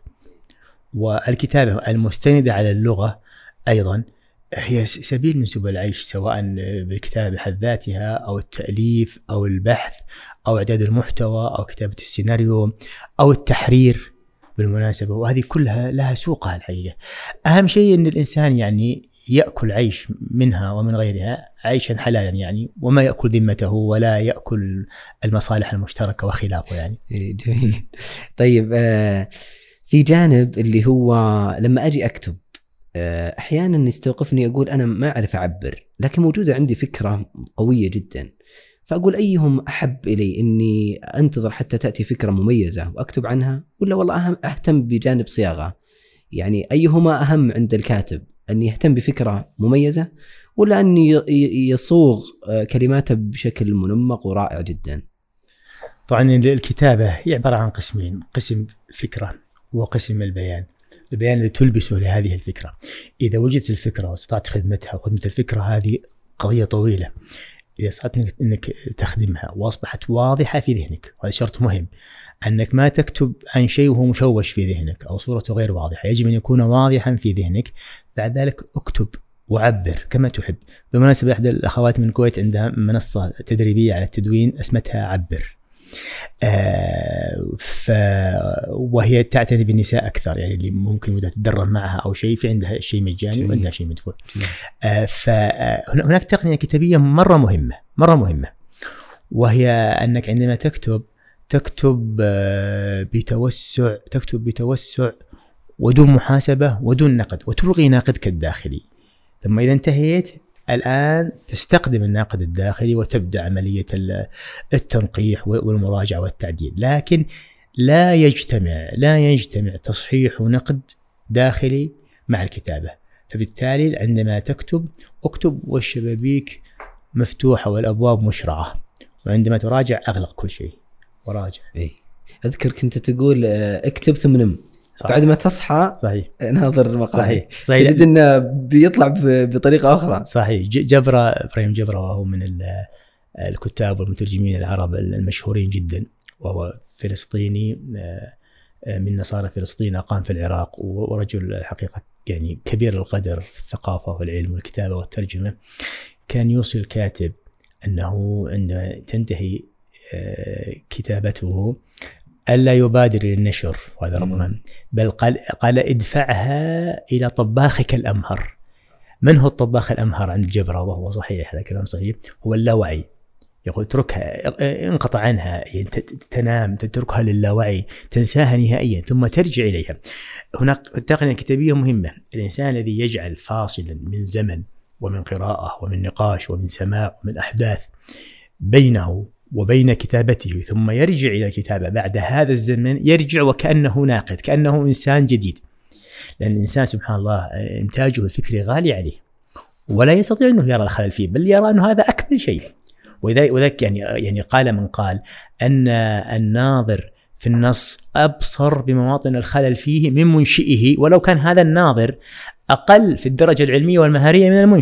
والكتابة المستندة على اللغة أيضا هي سبيل من سبل العيش، سواء بالكتابة بحد ذاتها أو التأليف أو البحث أو إعداد المحتوى أو كتابة السيناريو أو التحرير بالمناسبة، وهذه كلها لها سوقها الحقيقة. أهم شيء أن الإنسان يعني يأكل عيش منها ومن غيرها عيشا حلالا يعني، وما يأكل ذمته ولا يأكل المصالح المشتركة وخلافه يعني. جميل. طيب في جانب اللي هو لما أجي أكتب أحيانا يستوقفني أقول أنا ما أعرف أعبر، لكن موجودة عندي فكرة قوية جدا، فأقول أيهم أحب إلي إني أنتظر حتى تأتي فكرة مميزة وأكتب عنها، ولا والله أهتم بجانب صياغة؟ يعني أيهما أهم عند الكاتب، أن يهتم بفكرة مميزة ولا أن يصوغ كلماته بشكل منمق ورائع جدا؟ طبعا الكتابة هي عبارة عن قسمين، قسم الفكرة وقسم البيان اللي تلبسه لهذه الفكرة. إذا وجدت الفكرة واستطعت خدمتها وخدمة الفكرة هذه قضية طويلة، إذا استطعت أنك تخدمها وأصبحت واضحة في ذهنك، وهذا شرط مهم، أنك ما تكتب عن شيء وهو مشوش في ذهنك أو صورته غير واضحة، يجب أن يكون واضحا في ذهنك. بعد ذلك اكتب وعبر كما تحب. بالمناسبة أحد الأخوات من الكويت عندها منصة تدريبية على التدوين اسمها عبر، وهي تعتني بالنساء أكثر، يعني اللي ممكن بدها تتدرب معها أو شيء، في عندها شيء مجاني وعندها شيء مدفوع. فهناك تقنية كتابية مرة مهمة، وهي أنك عندما تكتب بتوسع ودون محاسبة ودون نقد، وتلغي ناقدك الداخلي. ثم إذا انتهيت الآن تستخدم الناقد الداخلي وتبدأ عملية التنقيح والمراجعة والتعديل، لكن لا يجتمع تصحيح ونقد داخلي مع الكتابة. فبالتالي عندما اكتب والشبابيك مفتوحة والأبواب مشرعة، وعندما تراجع أغلق كل شيء وراجع. أذكر كنت تقول اكتب ثم نم. صحيح. بعد ما تصحى صحيح ناظر المقال صحيح تجد انه بيطلع بطريقه اخرى. صحيح. ابراهيم جبرة وهو من الكتاب والمترجمين العرب المشهورين جدا، وهو فلسطيني من نصارى فلسطين، أقام في العراق، ورجل الحقيقه يعني كبير القدر في الثقافه والعلم والكتابه والترجمه. كان يوصي الكاتب انه عندما تنتهي كتابته ألا يبادر للنشر، وهذا رقم، بل قال ادفعها إلى طباخك الأمهر. من هو الطباخ الأمهر عند جبرة؟ وهو صحيح، هذا كلام صحيح، هو اللاوعي. يقول اتركها، انقطع عنها، يعني تنام، تتركها للاوعي، تنساها نهائيا ثم ترجع إليها. هناك تقنية كتابية مهمة، الإنسان الذي يجعل فاصلا من زمن ومن قراءة ومن نقاش ومن سماع ومن أحداث بينه وبين كتابته، ثم يرجع إلى الكتابة بعد هذا الزمن، يرجع وكأنه ناقد، كأنه إنسان جديد. لأن الإنسان سبحان الله إنتاجه الفكري غالي عليه، ولا يستطيع أنه يرى الخلل فيه، بل يرى أنه هذا أكمل شيء. وذلك يعني قال من قال أن الناظر في النص أبصر بمواطن الخلل فيه من منشئه، ولو كان هذا الناظر أقل في الدرجة العلمية والمهارية من المنشئ،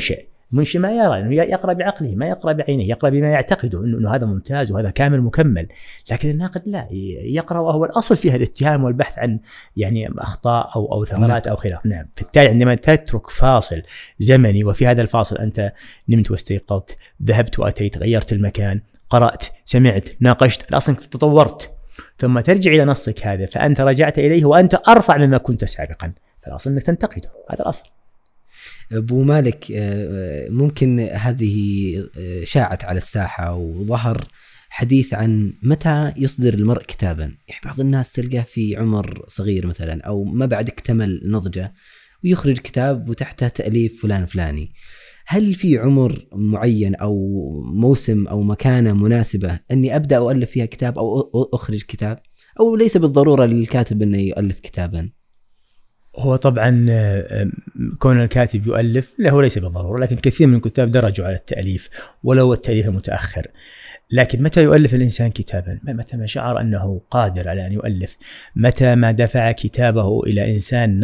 المنشئ ما يرى، انه يقرا بعقله، ما يقرا بعينه، يقرا بما يعتقده انه هذا ممتاز وهذا كامل مكمل. لكن الناقد لا، يقرا وهو الاصل فيها الاتهام والبحث عن يعني اخطاء او ثغرات او خلاف. نعم. بالتالي عندما تترك فاصل زمني، وفي هذا الفاصل انت نمت واستيقظت، ذهبت واتيت، غيرت المكان، قرات، سمعت، ناقشت، الاصل انك تطورت، ثم ترجع الى نصك هذا فانت رجعت اليه وانت ارفع مما كنت سابقا، فالاصل انك تنتقده، هذا الاصل. أبو مالك، ممكن هذه شاعت على الساحة وظهر حديث عن متى يصدر المرء كتابا. يعني بعض الناس تلقاه في عمر صغير مثلا أو ما بعد اكتمل نضجه ويخرج كتاب وتحته تأليف فلان فلاني. هل في عمر معين أو موسم أو مكانة مناسبة أني أبدأ أؤلف فيها كتاب أو أخرج كتاب، أو ليس بالضرورة للكاتب أنه يؤلف كتابا؟ هو طبعا كون الكاتب يؤلف له ليس بالضرورة، لكن كثير من الكتاب درجوا على التأليف ولو التأليف متأخر. لكن متى يؤلف الإنسان كتابا؟ متى ما شعر أنه قادر على أن يؤلف، متى ما دفع كتابه إلى إنسان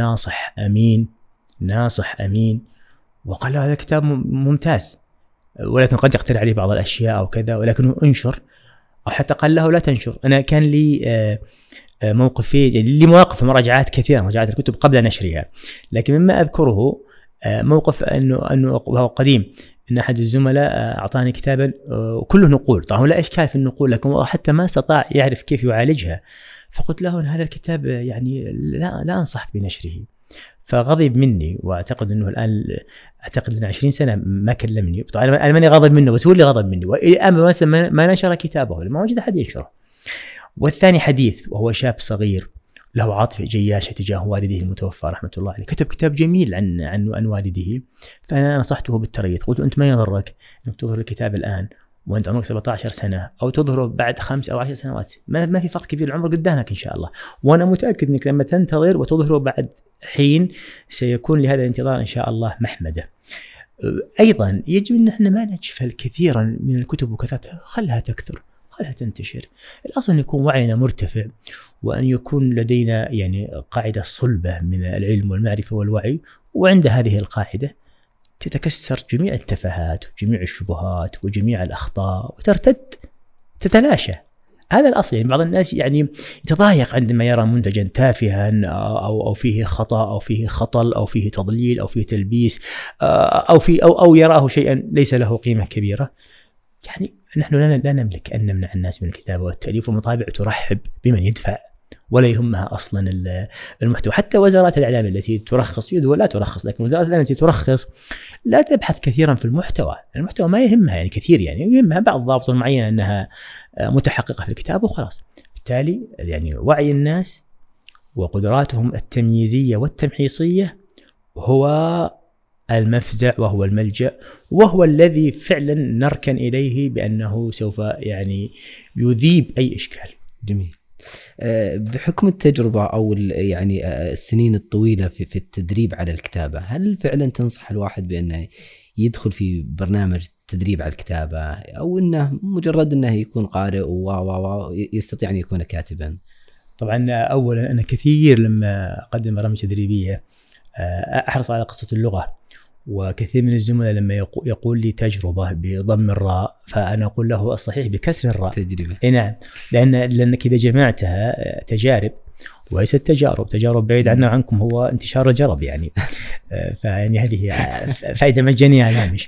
ناصح أمين وقال له هذا كتاب ممتاز، ولكن قد يقترح عليه بعض الأشياء أو كذا، ولكنه انشر، أو حتى قال له لا تنشر. أنا كان لي موقفين، يعني لي مواقف مراجعات كثيرة، مراجعات الكتب قبل نشرها، لكن مما أذكره موقف أنه وهو قديم، أن أحد الزملاء أعطاني كتابا وكله نقول، طبعا لا إشكال في النقول، لكن حتى ما استطاع يعرف كيف يعالجها، فقلت له أن هذا الكتاب يعني لا أنصحك بنشره. فغضب مني، واعتقد انه الان اعتقد انه 20 سنه ما كلمني. طبعا انا ماني غاضب منه، بس هو اللي غضب مني، والان ما نشر كتابه، ما وجد احد ينشره. والثاني حديث، وهو شاب صغير له عاطفه جياشه تجاه والده المتوفى رحمه الله عليه، كتب كتاب جميل عن والده، فانا نصحته بالتريث، قلت انت ما يضرك انك تظهر الكتاب الان وانت عمرك 17 سنه، او تظهره بعد 5 أو 10 سنوات، ما في فرق كبير، العمر قدامك ان شاء الله. وانا متاكد انك لما تنتظر وتظهره بعد حين سيكون لهذا الانتظار ان شاء الله محمده. ايضا يجب ان احنا ما نجفل كثيرا من الكتب وكثرتها، خلها تكثر، خلها تنتشر. الاصل ان يكون وعينا مرتفع، وان يكون لدينا يعني قاعده صلبه من العلم والمعرفه والوعي، وعند هذه القاعده تتكسر جميع التفاهات وجميع الشبهات وجميع الأخطاء وترتد، تتلاشى. هذا الأصل. يعني بعض الناس يعني يتضايق عندما يرى منتجا تافها أو فيه خطأ أو فيه خطل أو فيه تضليل أو فيه تلبيس أو يراه شيئا ليس له قيمة كبيرة. يعني نحن لا نملك أن نمنع الناس من الكتابة والتأليف، والمطابع ترحب بمن يدفع ولا يهمها أصلا المحتوى. حتى وزارات الإعلام التي ترخص لا ترخص، لكن وزارات الإعلام التي ترخص لا تبحث كثيرا في المحتوى ما يهمها يعني كثير، يعني يهمها بعض الضوابط المعينة أنها متحققة في الكتاب وخلاص. بالتالي يعني وعي الناس وقدراتهم التمييزية والتمحيصية هو المفزع وهو الملجأ، وهو الذي فعلا نركن إليه بأنه سوف يعني يذيب أي إشكال. جميل. بحكم التجربة أو يعني السنين الطويلة في التدريب على الكتابة، هل فعلا تنصح الواحد بأنه يدخل في برنامج تدريب على الكتابة، أو أنه مجرد أنه يكون قارئ ويستطيع أن يكون كاتبا؟ طبعا أولا أنا كثير لما أقدم برامج تدريبية أحرص على قصة اللغة، وكثير من الزملاء لما يقول لي تجربة بضم الراء فأنا أقول له الصحيح بكسر الراء تجربة. نعم، لأنك إذا جمعتها تجارب وليست تجارب بعيد عنا عنكم هو انتشار الجرب يعني فيعني هذه فائدة مجانية على هامش.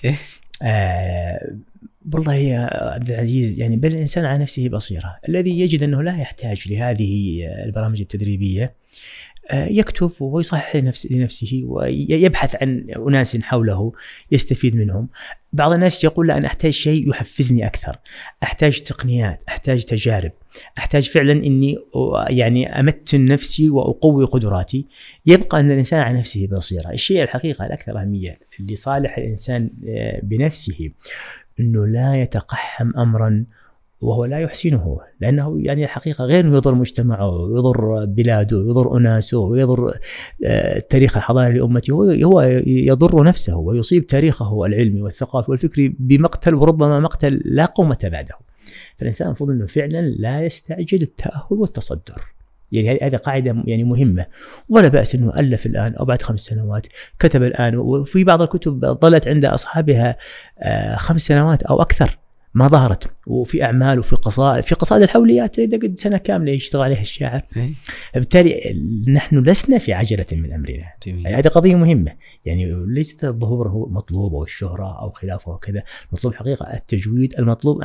والله يا عبد العزيز، يعني بل الإنسان على نفسه بصيرة. الذي يجد أنه لا يحتاج لهذه البرامج التدريبية يكتب ويصحح لنفسه ويبحث عن أناس حوله يستفيد منهم. بعض الناس يقول لا، أنا أحتاج شيء يحفزني أكثر، أحتاج تقنيات، أحتاج تجارب، أحتاج فعلا إني يعني أمتن نفسي وأقوي قدراتي. يبقى أن الإنسان على نفسه بصيرة. الشيء الحقيقة الأكثر أهمية لصالح الإنسان بنفسه أنه لا يتقحم أمرا وهو لا يحسنه، لأنه يعني الحقيقة غير يضر مجتمعه ويضر بلاده ويضر أناسه ويضر التاريخ الحضاري لأمته، هو يضر نفسه ويصيب تاريخه العلمي والثقافي والفكري بمقتل، وربما مقتل لا قومة بعده. فالإنسان المفروض أنه فعلا لا يستعجل التأهل والتصدر، يعني هذه قاعدة يعني مهمة. ولا بأس أنه ألف الآن أو بعد 5 سنوات، كتب الآن، وفي بعض الكتب ظلت عند أصحابها 5 سنوات أو أكثر ما ظهرت، وفي أعمال وفي قصائد، في قصائد الحوليات قد سنة كاملة يشتغل عليها الشاعر. بالتالي نحن لسنا في عجلة من أمرنا. يعني هذه قضية مهمة، يعني ليس الظهور هو مطلوب أو الشهرة أو خلافه وكذا، مطلوب حقيقة التجويد، المطلوب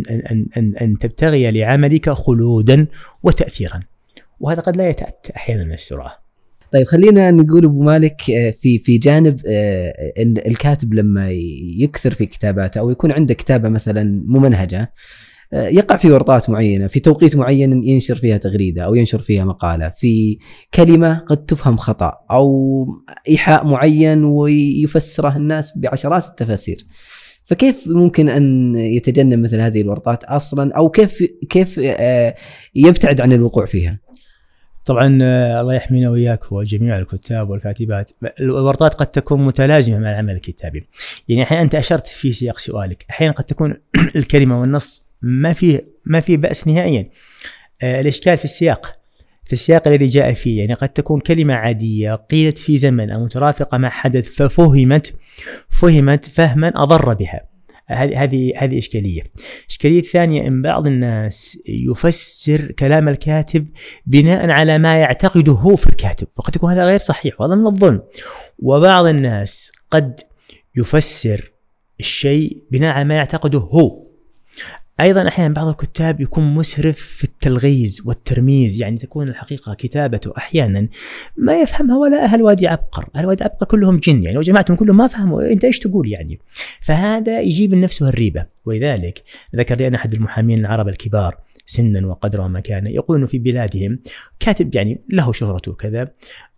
أن تبتغي لعملك خلودا وتأثيرا، وهذا قد لا يتأتى أحيانا من السرعة. طيب خلينا نقول أبو مالك في جانب إن الكاتب لما يكثر في كتاباته أو يكون عنده كتابة مثلا ممنهجة، يقع في ورطات معينة في توقيت معين ينشر فيها تغريدة أو ينشر فيها مقالة في كلمة قد تفهم خطأ أو إيحاء معين ويفسره الناس بعشرات التفاسير. فكيف ممكن أن يتجنب مثل هذه الورطات أصلا، أو كيف يبتعد عن الوقوع فيها؟ طبعا الله يحمينا وإياك وجميع الكتاب والكاتبات. الورطات قد تكون متلازمة مع العمل الكتابي. يعني أحيانا أنت أشرت في سياق سؤالك، أحيانا قد تكون الكلمة والنص ما في بأس نهائيا. الإشكال في السياق الذي جاء فيه. يعني قد تكون كلمة عادية قيلت في زمن أو مترافقة مع حدث ففهمت فهما أضر بها. هذه إشكالية. الإشكالية الثانية إن بعض الناس يفسر كلام الكاتب بناء على ما يعتقده هو في الكاتب، وقد يكون هذا غير صحيح وهذا من الظلم. وبعض الناس قد يفسر الشيء بناء على ما يعتقده هو. أيضا أحيانا بعض الكتاب يكون مسرف في التلغيز والترميز، يعني تكون الحقيقة كتابته أحيانا ما يفهمها ولا أهل وادي عبقر. أهل وادي عبقر كلهم جن، يعني لو جماعتهم كلهم ما فهموا أنت إيش تقول يعني. فهذا يجيب لنفسه الريبة. ولذلك ذكر لي أحد المحامين العرب الكبار سنا وقدرا ومكانا، يقول إنه في بلادهم كاتب يعني له شهرته كذا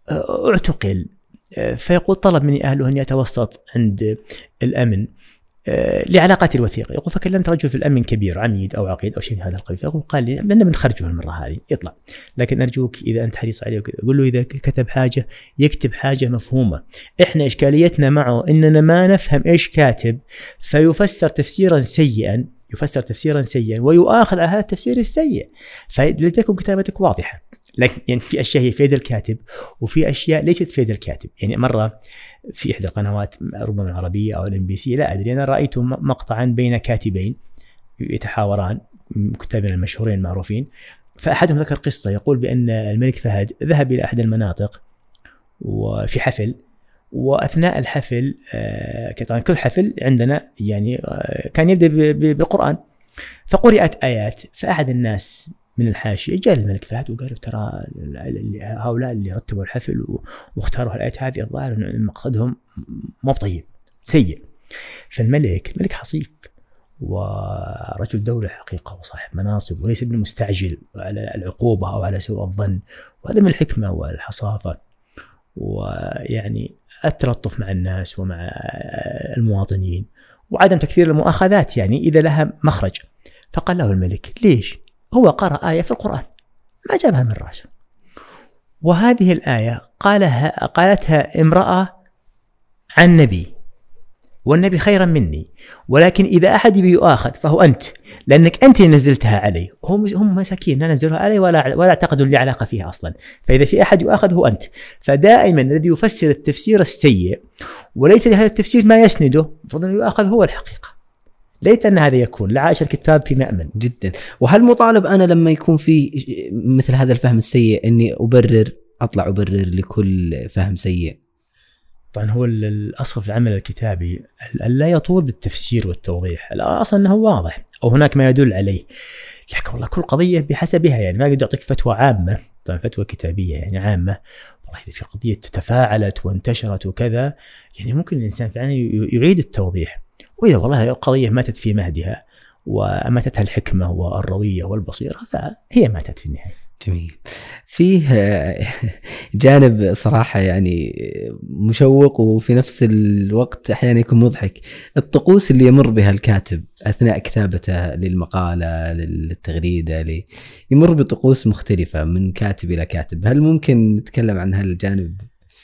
اعتقل، فيقول طلب مني أهله أن يتوسط عند الأمن لعلاقات الوثيقة. يقول فكلمت رجل في الأمن كبير عميد أو عقيد أو شيء من هذا القبيل، فيقول قال لي لأننا بنخرجه المرة هذه يطلع، لكن أرجوك إذا أنت حريص عليه قل له إذا كتب حاجة يكتب حاجة مفهومة. إحنا إشكاليتنا معه إننا ما نفهم إيش كاتب، فيفسر تفسيرا سيئا ويؤاخذ على هذا التفسير السيء. فلتكن كتابتك واضحة. لكن يعني في أشياء هي في يد الكاتب وفي أشياء ليست في يد الكاتب. يعني مرة في إحدى القنوات ربما العربية أو الMBC لا أدري، أنا رأيت مقطعا بين كاتبين يتحاوران، كتابين المشهورين معروفين، فأحدهم ذكر قصة يقول بأن الملك فهد ذهب إلى أحد المناطق وفي حفل، وأثناء الحفل طبعا كل حفل عندنا يعني كان يبدأ بالقرآن، فقرأت آيات، فأحد الناس من الحاشية جاء الملك فهد وقال ترى هؤلاء اللي رتبوا الحفل واختاروا الآيات هذه الظاهر أن مقصدهم مو طيب سيء. فالملك حصيف ورجل دولة حقيقة وصاحب مناصب وليس بالمستعجل على العقوبة أو على سوء الظن، وهذا من الحكمة والحصافة ويعني التلطف مع الناس ومع المواطنين وعدم تكثير المؤاخذات يعني إذا لها مخرج. فقال له الملك ليش؟ هو قرأ آية في القرآن ما جابها من رأسه، وهذه الآية قالتها امرأة عن نبي، والنبي خيرا مني، ولكن إذا أحد بيؤاخذ فهو أنت، لأنك أنت نزلتها عليه. هم مساكين لا نزلوها عليه ولا اعتقدوا لي علاقة فيها أصلا. فإذا في أحد يؤاخذ هو أنت. فدائما الذي يفسر التفسير السيء وليس لهذا التفسير ما يسنده فضل يؤاخذ هو الحقيقة. ليت أن هذا يكون لعائش الكتاب في مأمن جدا. وهل مطالب أنا لما يكون في مثل هذا الفهم السيء أني أطلع أبرر لكل فهم سيء؟ طبعا هو الأصل في العمل الكتابي لا يطول بالتفسير والتوضيح، الأصل أنه واضح أو هناك ما يدل عليه. لكن والله كل قضية بحسبها، يعني ما أقدر أعطيك فتوى عامة، طبعا فتوى كتابية يعني عامة والله إذا في قضية تفاعلت وانتشرت وكذا يعني ممكن الإنسان فعلا يعيد التوضيح. وإذا والله القضية ماتت في مهدها وماتتها الحكمة والروية والبصيرة فهي ماتت في النهاية. جميل. فيه جانب صراحة يعني مشوق وفي نفس الوقت أحيانا يكون مضحك، الطقوس اللي يمر بها الكاتب أثناء كتابته للمقالة للتغريدة يمر بطقوس مختلفة من كاتب إلى كاتب. هل ممكن نتكلم عن هالجانب؟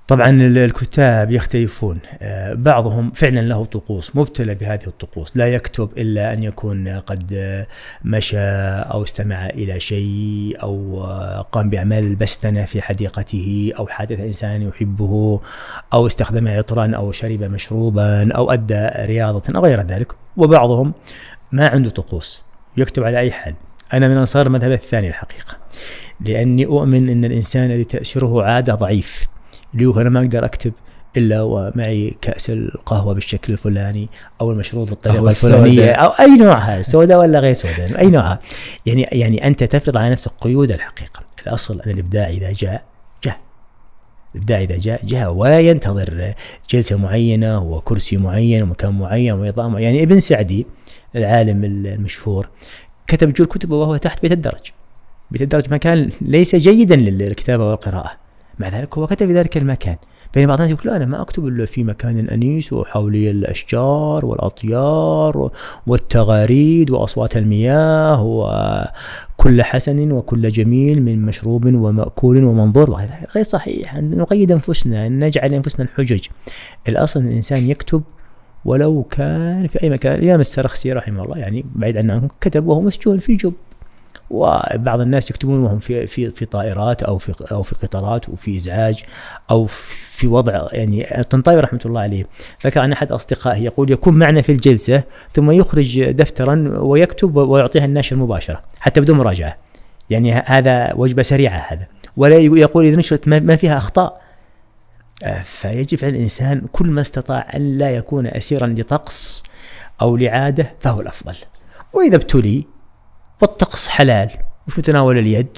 طبعا الكتاب يختلفون، بعضهم فعلا له طقوس، مبتلى بهذه الطقوس، لا يكتب إلا أن يكون قد مشى أو استمع إلى شيء أو قام بأعمال البستنة في حديقته أو حادث إنسان يحبه أو استخدم عطرا أو شرب مشروبا أو أدى رياضة أو غير ذلك. وبعضهم ما عنده طقوس، يكتب على أي حال. أنا من أنصار المذهب الثاني الحقيقة، لأني أؤمن أن الإنسان الذي تأثيره عادة ضعيف، اللي أنا ما أقدر أكتب إلا ومعي كأس القهوة بالشكل الفلاني أو المشروب بالطريقة الفلانية أو أي نوعها، سوداء ولا غير سوداء، أي نوعها. يعني أنت تفرض على نفسك قيود. الحقيقة الأصل أن الإبداع إذا جاء الإبداع إذا جاء ولا ينتظر جلسة معينة وكرسي معين ومكان معين وإضاءة معينة. يعني ابن سعدي العالم المشهور كتب جل كتبه وهو تحت بيت الدرج، مكان ليس جيدا للكتابة والقراءة، مع ذلك هو كتب في ذلك المكان. بين بعض الناس يقول أنا ما أكتب إلا في مكان أنيس وحولي الأشجار والأطيار والتغاريد وأصوات المياه وكل حسن وكل جميل من مشروب ومأكول ومنظور. وهذا غير صحيح. أن نقيد أنفسنا، أن نجعل أنفسنا الحجج. الأصل أن الإنسان يكتب ولو كان في أي مكان. الإمام السرخسي رحمه الله يعني بعيد عنه كتب وهو مسجون في جب، وبعض الناس يكتبون وهم في طائرات أو في قطارات وفي إزعاج أو في وضع. يعني الطنطاوي رحمة الله عليه ذكر عن أحد أصدقائه يقول يكون معنا في الجلسة ثم يخرج دفترا ويكتب ويعطيها الناشر مباشرة حتى بدون مراجعة. يعني هذا وجبة سريعة هذا، ولا يقول إذا نشرت ما فيها أخطاء. فيجب على الإنسان كل ما استطاع أن لا يكون أسيرا لطقس أو لعادة فهو الأفضل. وإذا ابتلي والطقس حلال وفي متناول اليد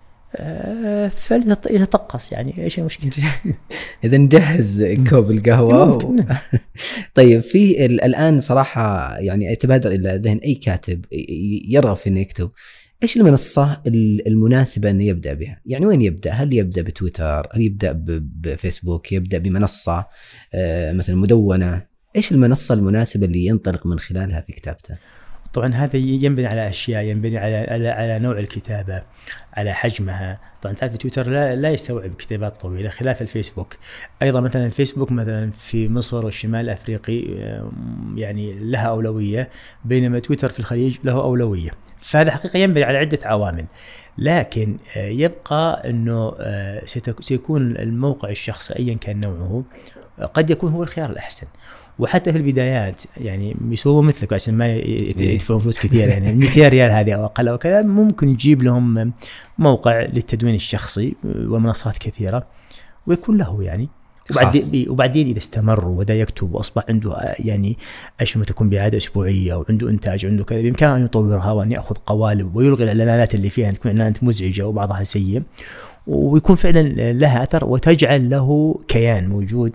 فليتطقس، يعني ايش المشكله؟ اذا نجهز كوب القهوه طيب في الان صراحه يعني اتبادر الى ذهن اي كاتب يرغب في انه يكتب، ايش المنصه المناسبه انه يبدا بها؟ يعني وين يبدا؟ هل يبدا بتويتر؟ هل يبدا بفيسبوك؟ يبدا بمنصه مثلا مدونه؟ ايش المنصه المناسبه اللي ينطلق من خلالها في كتابته؟ طبعا هذا ينبني على أشياء، ينبني على نوع الكتابة، على حجمها. طبعا تعرف تويتر لا يستوعب كتابات طويلة خلاف الفيسبوك. أيضا مثلا الفيسبوك مثلا في مصر والشمال الأفريقي يعني لها أولوية، بينما تويتر في الخليج له أولوية. فهذا حقيقة ينبني على عدة عوامل، لكن يبقى أنه سيكون الموقع الشخصي أيا كان نوعه قد يكون هو الخيار الأحسن. وحتى في البدايات يعني يسووا مثلك عشان ما يدفعون فلوس كثير، يعني 200 ريال هذه أو أقل أو كذا، ممكن يجيب لهم موقع للتدوين الشخصي ومنصات كثيرة ويكون له يعني. وبعدين إذا استمروا ودا يكتب وأصبح عنده يعني أشياء تكون بعادة أسبوعية أو عنده إنتاج عنده كذا، بإمكانه أن يطورها وأن يأخذ قوالب ويلغي الإعلانات اللي فيها تكون إعلانات مزعجة وبعضها سيء، ويكون فعلا لها أثر وتجعل له كيان موجود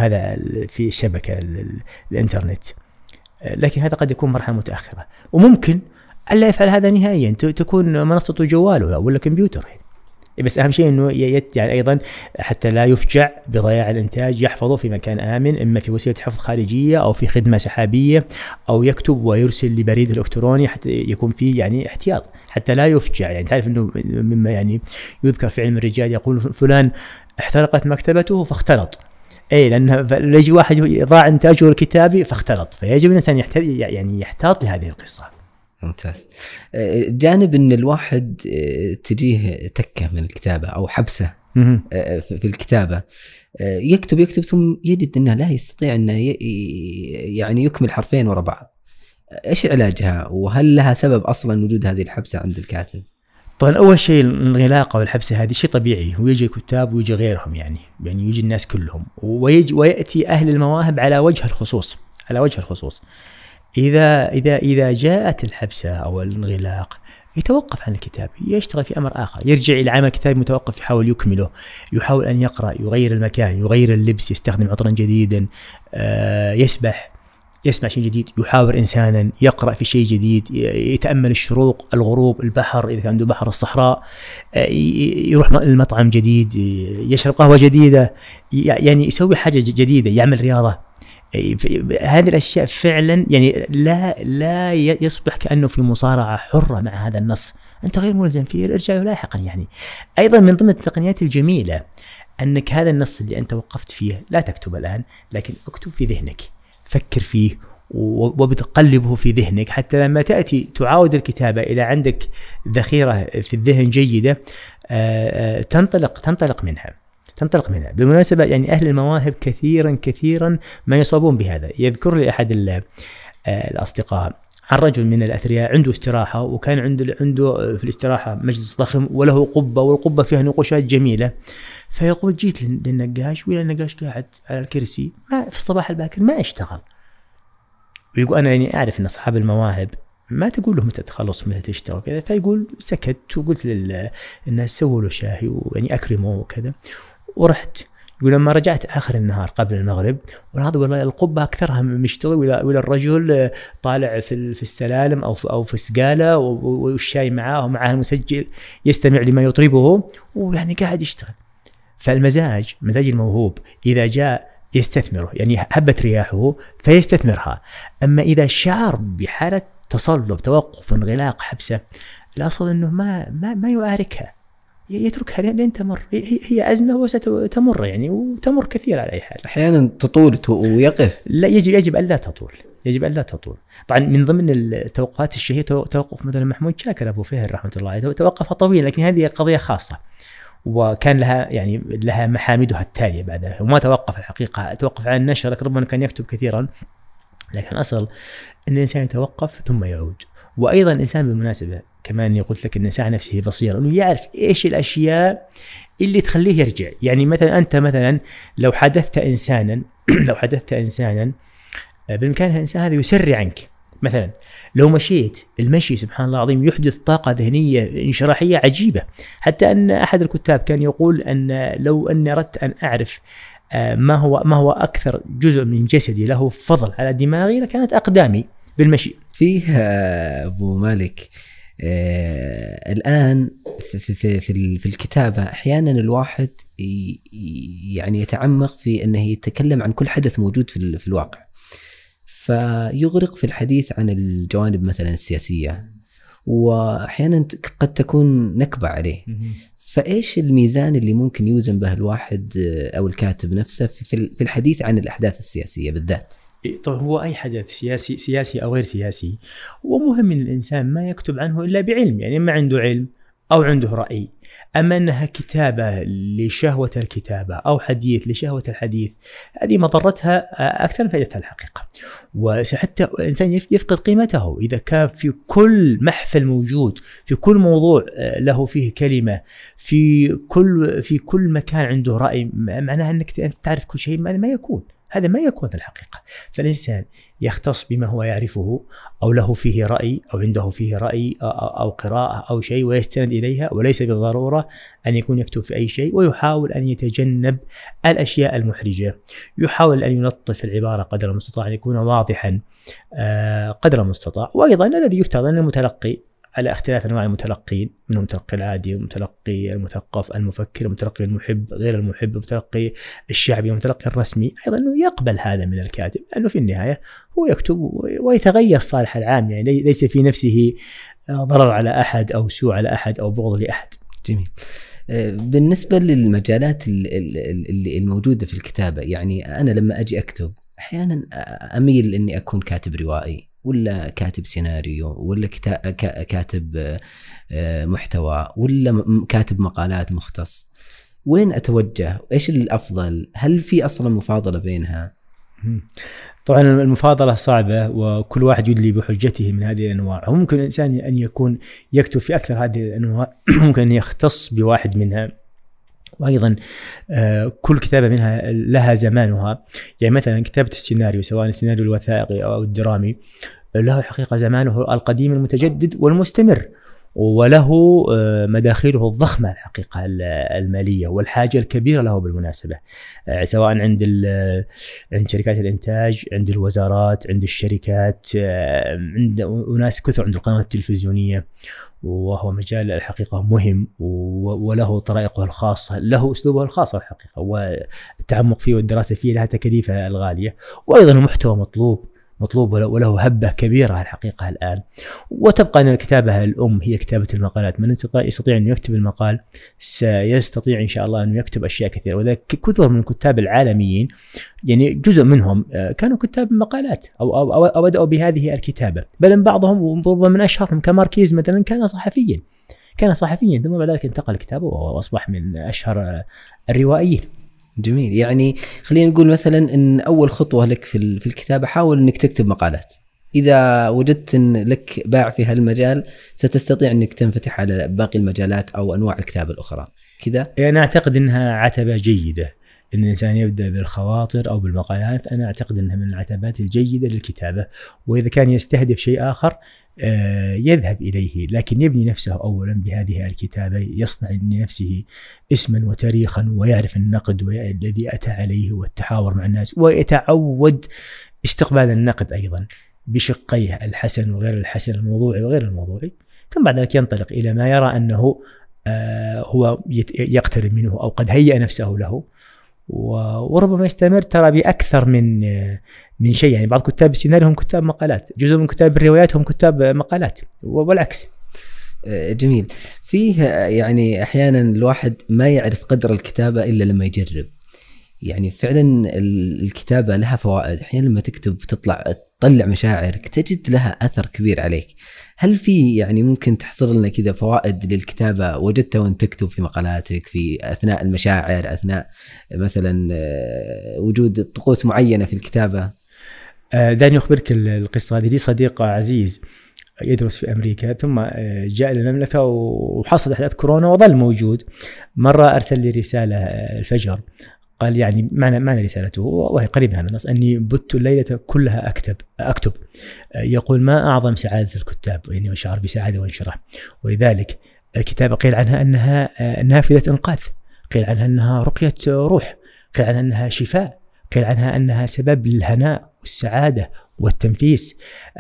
في الشبكة الإنترنت. لكن هذا قد يكون مرحلة متأخرة، وممكن ألا يفعل هذا نهائيا، تكون منصته جواله ولا كمبيوتر. بس أهم شيء أنه يعني أيضا حتى لا يفجع بضياع الإنتاج يحفظه في مكان آمن، إما في وسيلة حفظ خارجية أو في خدمة سحابية، أو يكتب ويرسل لبريد الإلكتروني حتى يكون فيه يعني احتياط حتى لا يفجع. يعني تعرف أنه مما يذكر في علم الرجال يقول فلان احترقت مكتبته فاختلط، لأن يجي واحد ضاع إنتاجه الكتابي فاختلط. فيجب الإنسان يحتاط لهذه القصة. ممتاز. جانب ان الواحد تجيه تكه من الكتابه او حبسه في الكتابه، يكتب ثم يجد انه لا يستطيع انه يعني يكمل حرفين ورا بعض. ايش علاجها؟ وهل لها سبب اصلا وجود هذه الحبسه عند الكاتب؟ طبعا اول شيء الانغلاق والحبسه هذه شيء طبيعي، ويجي الكتاب ويجي غيرهم يعني يجي الناس كلهم، وياتي اهل المواهب على وجه الخصوص. إذا جاءت الحبسة أو الانغلاق يتوقف عن الكتاب، يشتغل في أمر آخر، يرجع إلى عمل كتاب متوقف، يحاول يكمله، يحاول أن يقرأ، يغير المكان، يغير اللبس، يستخدم عطرا جديدا، يسبح، يسمع شيء جديد، يحاور إنسانا، يقرأ في شيء جديد، يتأمل الشروق، الغروب، البحر إذا كان عنده بحر، الصحراء، يروح المطعم جديد، يشرب قهوة جديدة، يعني يسوي حاجة جديدة، يعمل رياضة. هذه الأشياء فعلا يعني لا يصبح كأنه في مصارعة حرة مع هذا النص، أنت غير ملزم فيه، ارجع لاحقا. يعني أيضا من ضمن التقنيات الجميلة أنك هذا النص اللي أنت وقفت فيه لا تكتب الآن، لكن اكتب في ذهنك، فكر فيه وبتقلبه في ذهنك حتى لما تأتي تعاود الكتابة إلى عندك ذخيرة في الذهن جيدة تنطلق منها. بالمناسبة يعني أهل المواهب كثيرا ما يصابون بهذا. يذكر لي أحد الأصدقاء عن رجل من الأثرياء عنده استراحة، وكان عنده في الاستراحة مجلس ضخم وله قبة، والقبة فيها نقوشات جميلة. فيقول جيت للنقاش، وإلى النقاش قاعد على الكرسي ما في الصباح الباكر ما اشتغل. ويقول أنا يعني أعرف أن أصحاب المواهب ما تقول لهم متى تخلص متى تشتغل كذا. فيقول سكت وقلت للناس سووا له شاهي ويعني أكرموه وكذا ورحت. يقول لما رجعت آخر النهار قبل المغرب وهذا والله القبة أكثرها مشتغل، ولا الرجل طالع في السلالم أو في السقالة والشاي معاه ومعاه المسجل يستمع لما يطربه ويعني قاعد يشتغل. فالمزاج مزاج الموهوب إذا جاء يستثمره، يعني هبت رياحه فيستثمرها. أما إذا شعر بحالة تصلب توقف انغلاق حبسة، الأصل أنه ما يعاركها، يتركها لين تمر. هي أزمة وستمر يعني، وتمر كثير على أي حال. أحيانا تطول ويقف. لا، يجب أن لا تطول. طبعا من ضمن التوقفات الشهية توقف مثلا محمود شاكر أبو فهر رحمة الله عليه، توقف طويلا، لكن هذه قضية خاصة وكان لها محامدها التالية بعدها. وما توقف الحقيقة، توقف عن النشر، ربما كان يكتب كثيرا، لكن أصل أن الإنسان يتوقف ثم يعود. وأيضا الإنسان بالمناسبة كمان قلت لك أن ساعة نفسه بصيرة، أنه يعرف إيش الأشياء اللي تخليه يرجع. يعني مثلا أنت مثلا لو حدثت إنسانا بإمكان الإنسان هذا يسرع عنك. مثلا لو مشيت، المشي سبحان الله العظيم يحدث طاقة ذهنية انشراحية عجيبة، حتى أن أحد الكتاب كان يقول أن لو أني أردت أن أعرف ما هو أكثر جزء من جسدي له فضل على دماغي لكانت أقدامي بالمشي. فيه أبو مالك الآن في الكتابة أحيانا الواحد يعني يتعمق في أنه يتكلم عن كل حدث موجود في الواقع، فيغرق في الحديث عن الجوانب مثلا السياسية، وأحيانا قد تكون نكبة عليه. فإيش الميزان اللي ممكن يوزن به الواحد أو الكاتب نفسه في الحديث عن الأحداث السياسية بالذات؟ طبعا هو أي حدث سياسي أو غير سياسي، ومهم من الإنسان ما يكتب عنه إلا بعلم، يعني ما عنده علم أو عنده رأي. أما أنها كتابة لشهوة الكتابة أو حديث لشهوة الحديث، هذه مضرتها أكثر من فائدتها الحقيقة. وحتى الإنسان يفقد قيمته إذا كان في كل محفل موجود، في كل موضوع له فيه كلمة، في كل مكان عنده رأي، معناها أنك تعرف كل شيء. ما يكون هذا ما يكون الحقيقة. فالإنسان يختص بما هو يعرفه أو له فيه رأي أو عنده فيه رأي أو قراءة أو شيء ويستند إليها، وليس بالضرورة أن يكون يكتب في أي شيء. ويحاول أن يتجنب الأشياء المحرجة، يحاول أن يلطف العبارة قدر المستطاع، أن يكون واضحا قدر المستطاع. وأيضا الذي يفترض أن المتلقي على اختلاف أنواع المتلقين، منهم المتلقي العادي والمتلقي المثقف المفكر، المتلقي المحب غير المحب، المتلقي الشعبي والمتلقي الرسمي، أيضا أنه يقبل هذا من الكاتب، أنه في النهاية هو يكتب ويتغير الصالح العام، يعني ليس في نفسه ضرر على أحد أو سوء على أحد أو بغض لأحد. جميل. بالنسبة للمجالات الموجودة في الكتابة، يعني أنا لما أجي أكتب أحيانا أميل أني أكون كاتب روائي، ولا كاتب سيناريو، ولا كاتب محتوى، ولا كاتب مقالات مختص. وين أتوجه؟ إيش الأفضل؟ هل في أصلا مفاضلة بينها؟ طبعا المفاضلة صعبة، وكل واحد يدلي بحجته من هذه الأنواع. ممكن الإنسان أن يكون يكتب في أكثر هذه الأنواع، ممكن أن يختص بواحد منها، وأيضا كل كتابة منها لها زمانها. يعني مثلا كتابة السيناريو، سواء السيناريو الوثائقي أو الدرامي، له حقيقة زمانه القديم المتجدد والمستمر، وله مداخيله الضخمة الحقيقة المالية والحاجة الكبيرة له بالمناسبة، سواء عند شركات الإنتاج، عند الوزارات، عند الشركات، عند ناس كثر، عند القنوات التلفزيونية. وهو مجال الحقيقة مهم، وله طرائقه الخاصة، له أسلوبه الخاص الحقيقة، والتعمق فيه والدراسة فيه لها تكاليفها الغالية. وأيضا المحتوى مطلوب وله هبة كبيرة الحقيقة الآن. وتبقى أن الكتابة الأم هي كتابة المقالات. من يستطيع أن يكتب المقال سيستطيع إن شاء الله أن يكتب أشياء كثيرة. وذلك كثر من الكتاب العالميين يعني جزء منهم كانوا كتاب مقالات أو بدأوا بهذه الكتابة، بل بعضهم ربما من أشهرهم كماركيز مثلا كان صحفيا ثم بعد ذلك انتقل كتابه وأصبح من أشهر الروائيين. جميل. يعني خلينا نقول مثلا ان اول خطوه لك في الكتابه حاول انك تكتب مقالات. اذا وجدت ان لك باع في هالمجال ستستطيع انك تنفتح على باقي المجالات او انواع الكتابه الاخرى كذا. انا اعتقد انها عتبه جيده ان الانسان يبدا بالخواطر او بالمقالات. انا اعتقد انها من العتبات الجيده للكتابه، واذا كان يستهدف شيء اخر يذهب إليه، لكن يبني نفسه أولا بهذه الكتابة، يصنع لنفسه اسما وتاريخا، ويعرف النقد الذي أتى عليه والتحاور مع الناس، ويتعود استقبال النقد أيضا بشقيه الحسن وغير الحسن، الموضوعي وغير الموضوعي. ثم بعد ذلك ينطلق إلى ما يرى أنه هو يقترب منه أو قد هيأ نفسه له، وربما يستمر ترى بأكثر من شيء. يعني بعض كتاب السيناريو هم كتاب مقالات، جزء من كتاب الروايات هم كتاب مقالات، والعكس. جميل. فيه يعني أحيانا الواحد ما يعرف قدر الكتابة إلا لما يجرب. يعني فعلا الكتابة لها فوائد. أحيانا لما تكتب تطلع مشاعرك تجد لها أثر كبير عليك. هل في يعني ممكن تحصر لنا كذا فوائد للكتابة وجدتها وانت تكتب في مقالاتك في أثناء المشاعر، أثناء مثلا وجود طقوس معينة في الكتابة؟ دعني أخبرك القصة هذه. لي صديق عزيز يدرس في أمريكا، ثم جاء للمملكة وحصلت أحداث كورونا وظل موجود. مرة أرسل لي رسالة الفجر، قال يعني معنى رسالته وهي قريبة من النص أني بت الليلة كلها أكتب. يقول ما أعظم سعادة الكتاب، يعني وشعر بسعادة وانشراح. ولذلك الكتابة قيل عنها أنها نافذة إنقاذ، قيل عنها أنها رقية روح، قيل عنها أنها شفاء، قيل عنها أنها سبب للهناء والسعادة والتنفيس.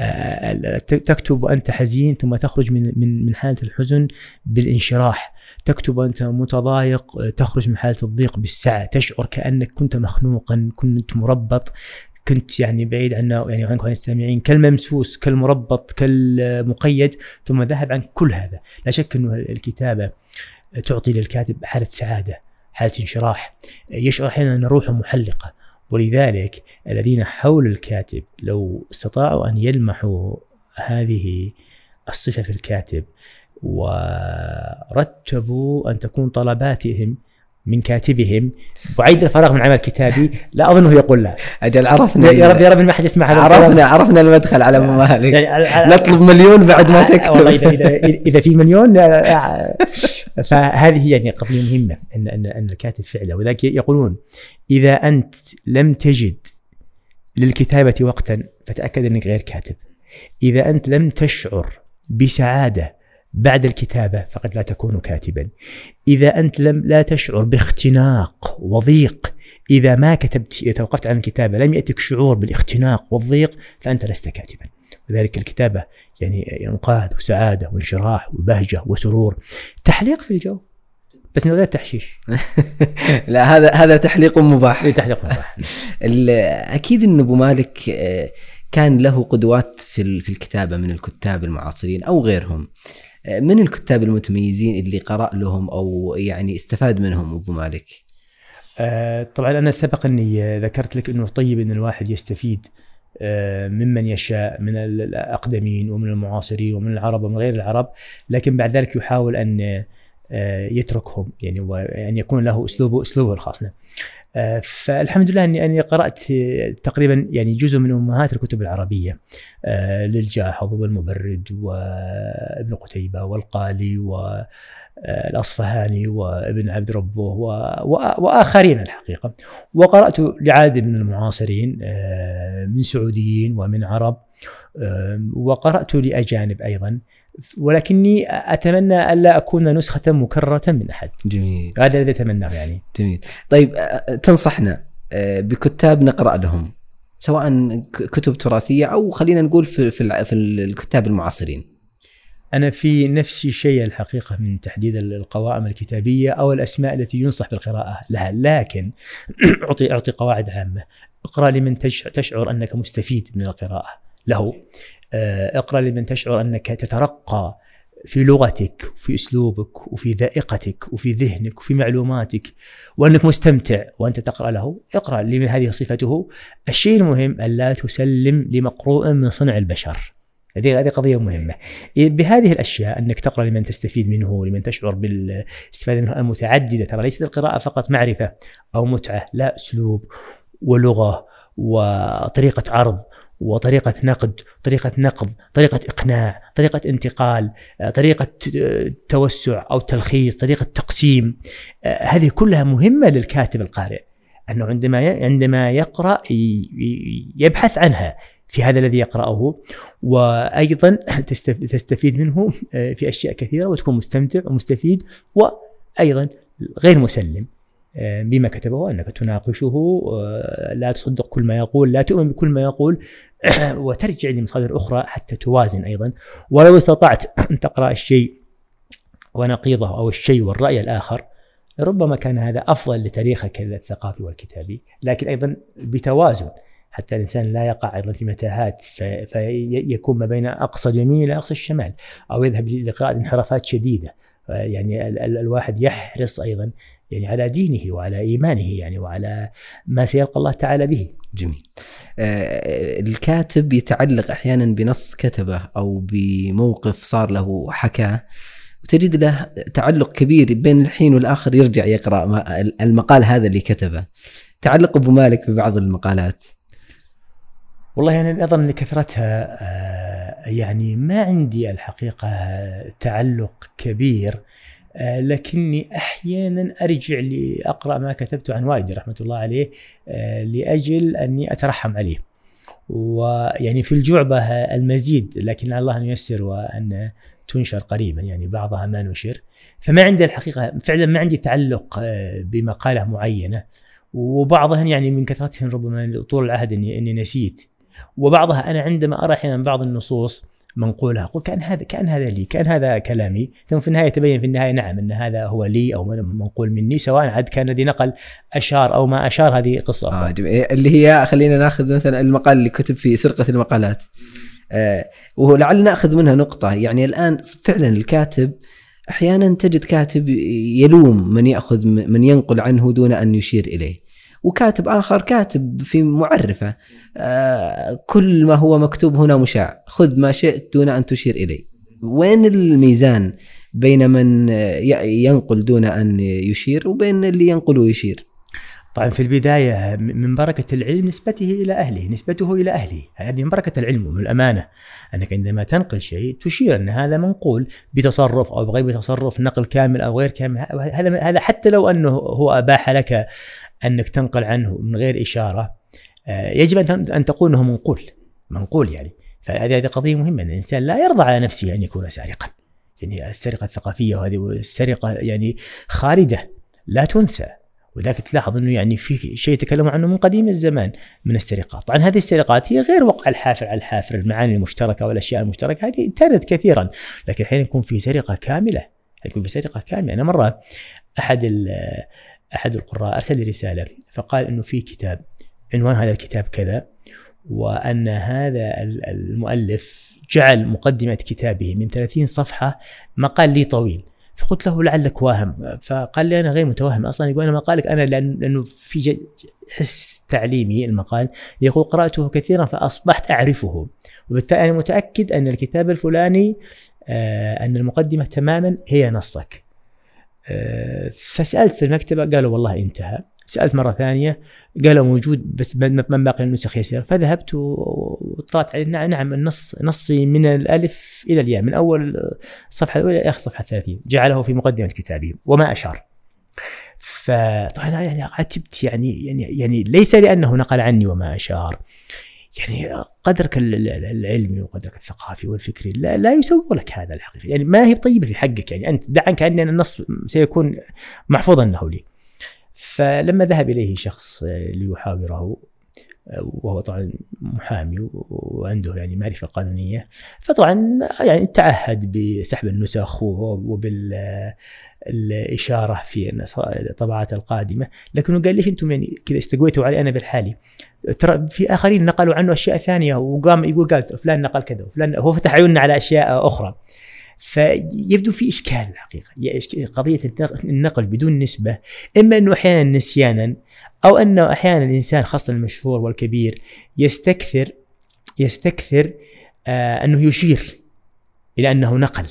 تكتب وأنت حزين ثم تخرج من حالة الحزن بالانشراح، تكتب وأنت متضايق تخرج من حالة الضيق بالسعة، تشعر كأنك كنت مخنوقا، كنت مربط، كنت يعني بعيد عنا يعني عنك وعن السامعين، كالممسوس كالمربط كالمقيد، ثم ذهب عن كل هذا. لا شك أنه الكتابة تعطي للكاتب حالة سعادة، حالة انشراح، يشعر أحيانا أن روحه محلقة. ولذلك الذين حول الكاتب لو استطاعوا أن يلمحوا هذه الصفة في الكاتب ورتبوا أن تكون طلباتهم من كاتبهم بعيد الفراغ من عمل كتابي، لا أظنه يقول لا. أجل عرفنا يا رب ما حد يسمع هذا. عرفنا المدخل على أبو مالك. يعني نطلب مليون بعد ما تكتب. والله إذا في مليون. فهذه يعني قضية مهمة أن الكاتب فعله. وذلك يقولون إذا أنت لم تجد للكتابة وقتا فتأكد أنك غير كاتب. إذا أنت لم تشعر بسعادة بعد الكتابة فقد لا تكون كاتبا. إذا أنت لا تشعر باختناق وضيق، إذا ما كتبت، إذا توقفت عن الكتابة لم يأتك شعور بالاختناق والضيق فأنت لست كاتبا. وذلك الكتابة يعني إنقاذ وسعادة وانشراح وبهجة وسرور، تحليق في الجو بس من غير تحشيش. لا هذا تحليق مباح. تحليق مباح. أكيد أن أبو مالك كان له قدوات في الكتابة من الكتاب المعاصرين أو غيرهم. من الكتاب المتميزين اللي قرأ لهم أو يعني استفاد منهم أبو مالك؟ طبعا أنا سبق أني ذكرت لك أنه طيب أن الواحد يستفيد ممن يشاء من الأقدمين ومن المعاصرين ومن العرب ومن غير العرب، لكن بعد ذلك يحاول أن يتركهم يعني وأن يكون له أسلوبه الخاص. فالحمد لله أني قرأت تقريبا يعني جزء من أمهات الكتب العربية، للجاحظ والمبرد وابن قتيبة والقالي والأصفهاني وابن عبد ربه وآخرين الحقيقة. وقرأت لعدد من المعاصرين من سعوديين ومن عرب، وقرأت لأجانب أيضا، ولكني أتمنى ألا أكون نسخة مكررة من أحد. جميل. هذا الذي أتمناه يعني. جميل. طيب تنصحنا بكتاب نقرأ لهم، سواء كتب تراثية أو خلينا نقول في الكتاب المعاصرين؟ أنا في نفسي شيء الحقيقة من تحديد القوائم الكتابية أو الأسماء التي ينصح بالقراءة لها، لكن أعطي قواعد عامة. اقرأ لمن تشعر أنك مستفيد من القراءة له، اقرأ لمن تشعر أنك تترقى في لغتك وفي أسلوبك وفي ذائقتك وفي ذهنك وفي معلوماتك وأنك مستمتع وأنت تقرأ له. اقرأ لمن هذه صفته. الشيء المهم أن لا تسلم لمقروء من صنع البشر. هذه قضية مهمة. بهذه الأشياء أنك تقرأ لمن تستفيد منه، لمن تشعر بالاستفادة منه المتعددة. ترى ليست القراءة فقط معرفة أو متعة، لا، أسلوب ولغة وطريقة عرض وطريقة نقد، طريقة نقض، طريقة إقناع، طريقة انتقال، طريقة توسع أو تلخيص، طريقة تقسيم. هذه كلها مهمة للكاتب القارئ، أنه عندما يقرأ يبحث عنها في هذا الذي يقرأه، وأيضا تستفيد منه في أشياء كثيرة وتكون مستمتع ومستفيد، وأيضا غير مسلم بما كتبه، أنك تناقشه، لا تصدق كل ما يقول، لا تؤمن بكل ما يقول، وترجع لمصادر أخرى حتى توازن أيضا. ولو استطعت أن تقرأ الشيء ونقيضه أو الشيء والرأي الآخر، ربما كان هذا أفضل لتاريخك الثقافي والكتابي، لكن أيضا بتوازن حتى الإنسان لا يقع أيضا في متاهات فيكون ما بين أقصى اليمين إلى أقصى الشمال، أو يذهب لقراءة انحرافات شديدة. يعني الواحد يحرص أيضا يعني على دينه وعلى إيمانه، يعني وعلى ما سيلقى الله تعالى به. جميل. الكاتب يتعلق أحيانا بنص كتبه أو بموقف صار له حكاه، وتجد له تعلق كبير بين الحين والآخر، يرجع يقرأ المقال هذا اللي كتبه. تعلق أبو مالك ببعض المقالات؟ والله أنا نظرا لكثرتها يعني ما عندي الحقيقة تعلق كبير، لكني أحيانا أرجع لأقرأ ما كتبت عن والدي رحمة الله عليه لأجل أني أترحم عليه، ويعني في الجعبة المزيد، لكن الله أن ييسر وأن تنشر قريبا، يعني بعضها ما نشر. فما عندي الحقيقة فعلا ما عندي تعلق بمقالة معينة، وبعضها يعني من كثرتهم ربما طول العهد أني نسيت، وبعضها أنا عندما أرى أحيانا بعض النصوص منقولها أقول كأن هذا لي، كأن هذا كلامي، ثم في النهاية تبين في النهاية نعم أن هذا هو لي أو منقول مني، سواء عاد كان الذي نقل أشار أو ما أشار. هذه قصة اللي هي خلينا نأخذ مثلا المقال اللي كتب في سرقة المقالات، ولعل نأخذ منها نقطة. يعني الآن فعلا الكاتب أحيانا تجد كاتب يلوم من يأخذ من ينقل عنه دون أن يشير إليه، وكاتب آخر كاتب في معرفة كل ما هو مكتوب هنا مشاع، خذ ما شئت دون أن تشير إليه. وين الميزان بين من ينقل دون أن يشير وبين اللي ينقل ويشير؟ طبعا في البداية من بركة العلم نسبته إلى أهله، هذه من بركة العلم ومن الأمانة، أنك عندما تنقل شيء تشير أن هذا منقول بتصرف أو بغير تصرف، نقل كامل أو غير كامل. هذا حتى لو أنه هو أباح لك أنك تنقل عنه من غير إشارة، يجب أن تقول أنه منقول يعني. فهذه قضية مهمة، أن الإنسان لا يرضى على نفسه أن يكون سارقا. يعني السرقة الثقافية وهذه السرقة يعني خالدة لا تنسى، وذاك تلاحظ أنه يعني في شيء يتكلموا عنه من قديم الزمان من السرقات. طبعا هذه السرقات هي غير وقع الحافر على الحافر، المعاني المشتركة والأشياء المشتركة هذه ترد كثيرا، لكن حين يكون في سرقة كاملة، أنا مرة أحد القراء أرسل لي رسالة فقال إنه في كتاب عنوان هذا الكتاب كذا، وأن هذا المؤلف جعل مقدمة كتابه من 30 صفحة مقال لي طويل. فقلت له لعلك واهم، فقال لي أنا غير متوهم أصلا. يقول أنا مقالك أنا لأنه في حس تعليمي المقال، يقول قرأته كثيرا فأصبحت أعرفه، وبالتالي أنا متأكد أن الكتاب الفلاني أن المقدمة تماما هي نصك. فسألت في المكتبة قالوا والله انتهى. سألت مرة ثانية قالوا موجود بس من باقي النسخ يسير. فذهبت وطلعت عليه نعم نصي من الألف إلى الياء، من أول الصفحة الأولى إلى آخر صفحة 30 جعله في مقدمة كتابه وما أشار. فطبعا يعني عجبت يعني ليس لأنه نقل عني وما أشار، يعني قدرك العلمي وقدرك الثقافي والفكري لا يسوق لك هذا الحقيقة، يعني ما هي طيبة في حقك، يعني أنت دع عنك أن النص سيكون محفوظا له لي. فلما ذهب إليه شخص ليحاوره، وهو طبعا محامي وعنده يعني معرفة قانونية، فطبعا يعني تعهد بسحب النسخ الإشارة في الطبعات القادمة، لكنه قال ليش أنتم يعني كذا استقويتوا علي أنا بالحالي؟ ترى في آخرين نقلوا عنه أشياء ثانية، وقام يقول قال فلان نقل كذا وفلان، هو فتح عيوننا على أشياء أخرى. فيبدو في إشكال الحقيقة، قضية النقل بدون نسبة، إما أنه أحيانا نسيانا، أو أنه أحيانا الإنسان خاصة المشهور والكبير يستكثر أنه يشير إلى أنه نقل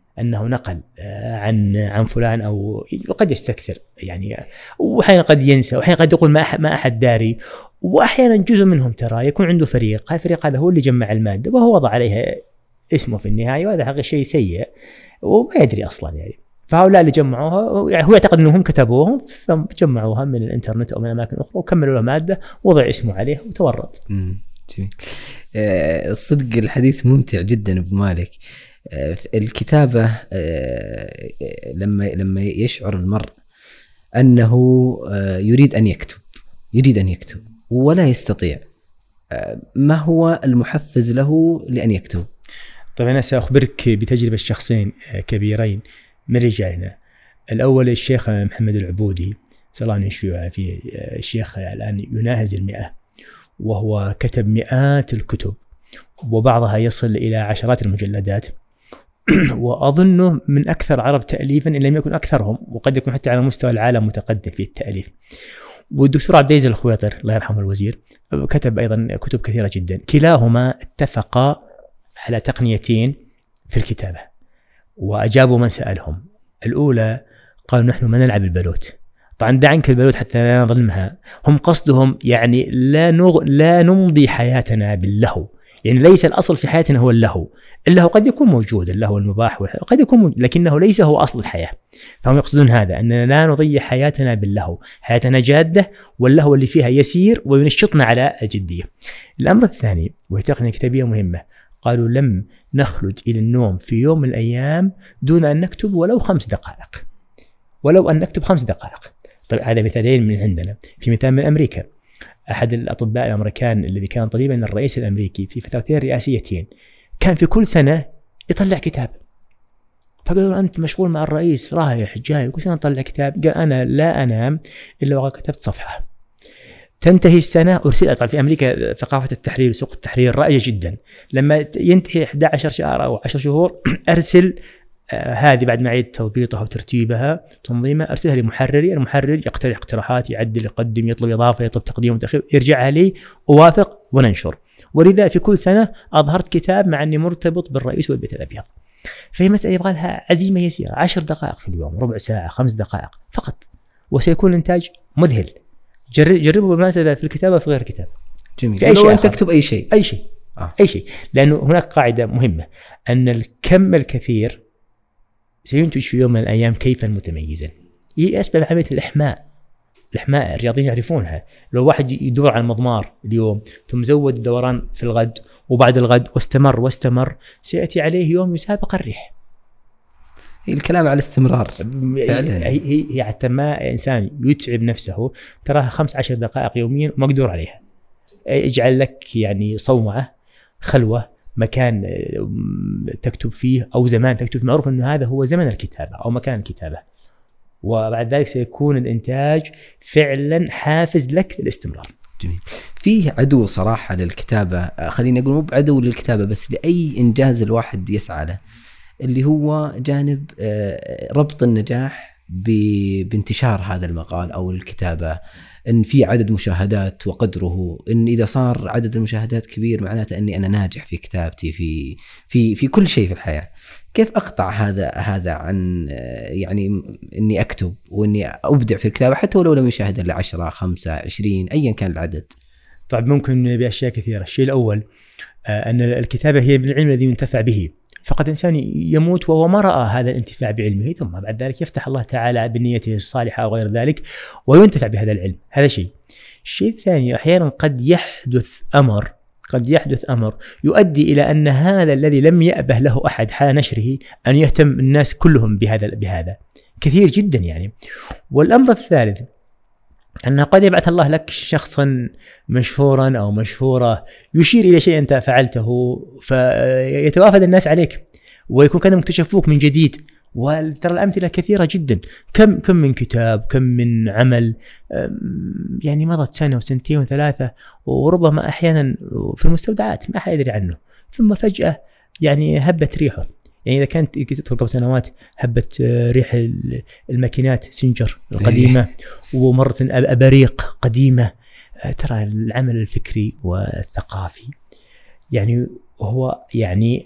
عن فلان، أو قد يستكثر يعني، وأحيانا قد ينسى، وأحيانا قد يقول ما أحد داري، وأحيانا جزء منهم ترى يكون عنده فريق، الفريق هذا هو اللي جمع المادة وهو وضع عليها اسمه في النهاية، وهذا حقيقة شيء سيء وما يدري أصلا يعني. فهؤلاء اللي جمعوها يعني هو يعتقد أنهم كتبوهم، فجمعوها من الإنترنت أو من أماكن أخرى وكملوا له مادة ووضع اسمه عليه وتورط. الصدق الحديث ممتع جدا أبو مالك. الكتابة لما يشعر المرء أنه يريد أن يكتب ولا يستطيع، ما هو المحفز له لأن يكتب؟ طبعا أنا سأخبرك بتجربة شخصين كبيرين من رجالنا. الأول الشيخ محمد العبودي صلى الله عليه وسلم، الشيخ الآن يناهز 100، وهو كتب مئات الكتب وبعضها يصل إلى عشرات المجلدات، وأظنه من أكثر عرب تأليفا إن لم يكن أكثرهم، وقد يكون حتى على مستوى العالم متقدم في التأليف. والدكتور عبد العزيز الخويطر الله يرحمه الوزير كتب أيضا كتب كثيرة جدا، كلاهما اتفقا على تقنيتين في الكتابة وأجابوا من سألهم. الأولى قالوا نحن ما نلعب البلوت، طبعا دع عنك البلوت حتى لا نظلمها، هم قصدهم يعني لا نمضي حياتنا باللهو، يعني ليس الأصل في حياتنا هو اللهو قد يكون موجود، اللهو المباح قد يكون موجود، لكنه ليس هو أصل الحياة. فهم يقصدون هذا، أننا لا نضيع حياتنا باللهو، حياتنا جادة واللهو اللي فيها يسير وينشطنا على الجدية. الأمر الثاني وهي تقنية كتابية مهمة، قالوا لم نخلد إلى النوم في يوم من الأيام دون أن نكتب ولو 5 دقائق، ولو أن نكتب 5 دقائق. طيب هذا مثالين من عندنا. في مثال من أمريكا، أحد الأطباء الأمريكان الذي كان طبيبا الرئيس الأمريكي في فترتين رئاسيتين كان في كل سنة يطلع كتاب، فقالوا أنت مشغول مع الرئيس رايح جاي كل سنة طلع كتاب، قال أنا لا أنام إلا وقد كتبت صفحة. تنتهي السنة أرسل. طبعا في أمريكا ثقافة التحرير وسوق التحرير رائجة جدا، لما ينتهي 11 شهر أو 10 شهور أرسل هذه بعد ما عيد تضبيطها وترتيبها تنظيمها، أرسلها لمحرري، المحرر يقترح اقتراحات، يعدل، يقدم، يطلب إضافة، يطلب تقديم وتأخير، يرجعها لي، أوافق وننشر. ولذا في كل سنة أظهرت كتاب مع أني مرتبط بالرئيس والبيت الأبيض. فهي مسألة يبغى لها عزيمة يسيرة، 10 دقائق في اليوم، ربع ساعة، 5 دقائق فقط، وسيكون الإنتاج مذهل. جربوا بالمناسبة في الكتابة في غير الكتابة. جميل. لو أن تكتب أي شيء أي شيء، لأنه هناك قاعدة مهمة أن الكم الكثير سينتج في يوم من الأيام كيفا متميزا. هي أسباب عملية الإحماء الرياضيين يعرفونها. لو واحد يدور على المضمار اليوم ثم زود الدوران في الغد وبعد الغد واستمر سيأتي عليه يوم يسابق الريح. هي الكلام على الاستمرار فعلا. هي حتى ما إنسان يتعب نفسه تراها 15 دقائق يوميا ومقدور عليها. اجعل لك يعني صومعة، خلوة، مكان تكتب فيه أو زمان تكتب، معروف أنه هذا هو زمن الكتابة أو مكان الكتابة، وبعد ذلك سيكون الإنتاج فعلا حافز لك للاستمرار. جميل. فيه عدو صراحة للكتابة، خلينا نقول مو بعدو للكتابة بس لأي إنجاز الواحد يسعى له، اللي هو جانب ربط النجاح بانتشار هذا المقال أو الكتابة، إن في عدد مشاهدات وقدره، إن إذا صار عدد المشاهدات كبير معناته أني أنا ناجح في كتابتي في كل شيء في الحياة. كيف أقطع هذا عن يعني إني أكتب وإني أبدع في الكتابة حتى ولو لم يشاهد إلا 10 5 20 أيا كان العدد؟ طيب ممكن بأشياء كثيرة. الشيء الأول أن الكتابة هي بالعلم الذي ينتفع به، فقد إنسان يموت وهو ما رأى هذا الانتفاع بعلمه، ثم بعد ذلك يفتح الله تعالى بنيته الصالحة أو غير ذلك وينتفع بهذا العلم. هذا شيء. الشيء الثاني، أحيانا قد يحدث أمر يؤدي إلى أن هذا الذي لم يأبه له أحد حال نشره أن يهتم الناس كلهم بهذا كثير جدا يعني. والأمر الثالث أن قد يبعث الله لك شخصا مشهورا أو مشهورة يشير إلى شيء أنت فعلته فيتوافد الناس عليك ويكون كانوا مكتشفوك من جديد وترى الأمثلة كثيرة جدا. كم من كتاب، كم من عمل يعني مضت سنة وسنتين وثلاثة، وربما أحيانا في المستودعات ما أحد يدري عنه، ثم فجأة يعني هبت ريحه. يعني إذا كانت تذكر قبل سنوات هبت ريح الماكينات سنجر القديمة، ومرة أباريق قديمة. ترى العمل الفكري والثقافي يعني هو يعني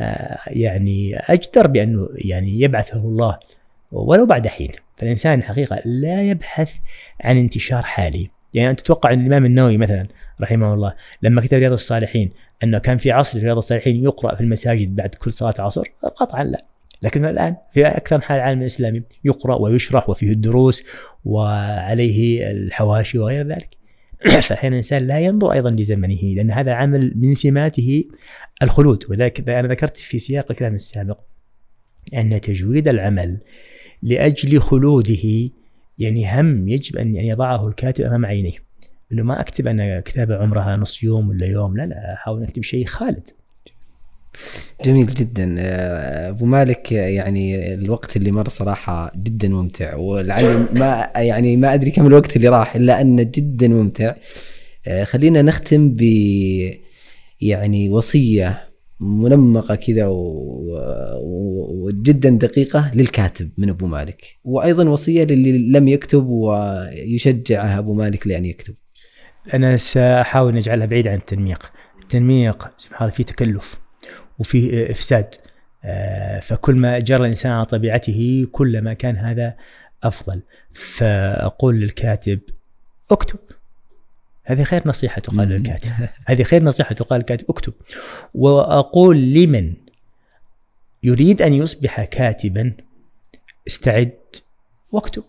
أجدر بأنه يعني يبعثه الله ولو بعد حين. فالإنسان حقيقة لا يبحث عن انتشار حالي. يعني أنت تتوقع أن الإمام النووي مثلا رحمه الله لما كتب رياض الصالحين أنه كان في عصر رياض الصالحين يقرأ في المساجد بعد كل صلاة عصر؟ قطعا لا. لكن الآن في أكثر حال العالم الإسلامي يقرأ ويشرح وفيه الدروس وعليه الحواشي وغير ذلك. فأحيانا الإنسان لا ينظر أيضا لزمنه، لأن هذا عمل من سماته الخلود. وذلك أنا ذكرت في سياق الكلام السابق أن تجويد العمل لأجل خلوده يعني هم يجب أن يضعه الكاتب أمام عينيه، إنه ما أكتب أنا كتابة عمرها نص يوم ولا يوم، لا أحاول أكتب شيء خالد. جميل جدا أبو مالك. يعني الوقت اللي مر صراحة جدا ممتع، ولعل ما أدري كم الوقت اللي راح إلا أنه جدا ممتع. خلينا نختم ب يعني وصية منمقة كذا وجدا دقيقة للكاتب من أبو مالك، وأيضا وصية للي لم يكتب ويشجعه أبو مالك لأن يكتب. أنا سأحاول نجعلها بعيد عن التنميق. التنميق سبحان الله فيه تكلف وفيه إفساد، فكل ما جرى الإنسان على طبيعته كلما كان هذا أفضل. فأقول للكاتب اكتب، هذه خير نصيحة تقال للكاتب، هذه خير نصيحة تقال للكاتب اكتب. وأقول لمن يريد أن يصبح كاتبا استعد واكتب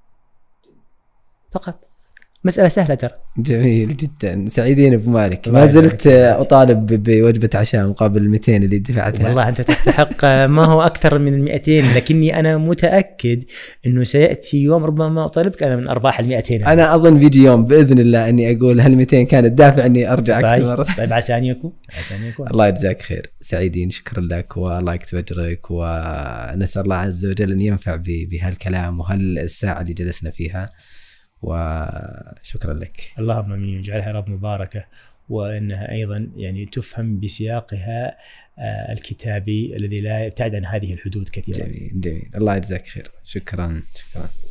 فقط. مسألة سهلة ترى. جميل جدا. سعيدين أبو مالك. ما زلت أطالب بوجبة عشاء مقابل 200 اللي دفعتها. والله أنت تستحق ما هو أكثر من 200، لكني أنا متأكد أنه سيأتي يوم ربما أطالبك أنا من أرباح 200. أنا أظن بيجي يوم بإذن الله أني أقول هل 200 كانت دافع أني أرجع أكثر. طيب عسى أن يكون. الله يجزاك خير. سعيدين، شكرا لك والله يكتب أجرك، ونسأل الله عز وجل أن ينفع بهالكلام وهالساعة اللي جلسنا فيها، وشكرا لك. اللهم امين، يجعلها رب مباركه، وانها ايضا يعني تفهم بسياقها الكتابي الذي لا يبتعد عن هذه الحدود كثيرا. جميل. الله يجزاك خير. شكرا.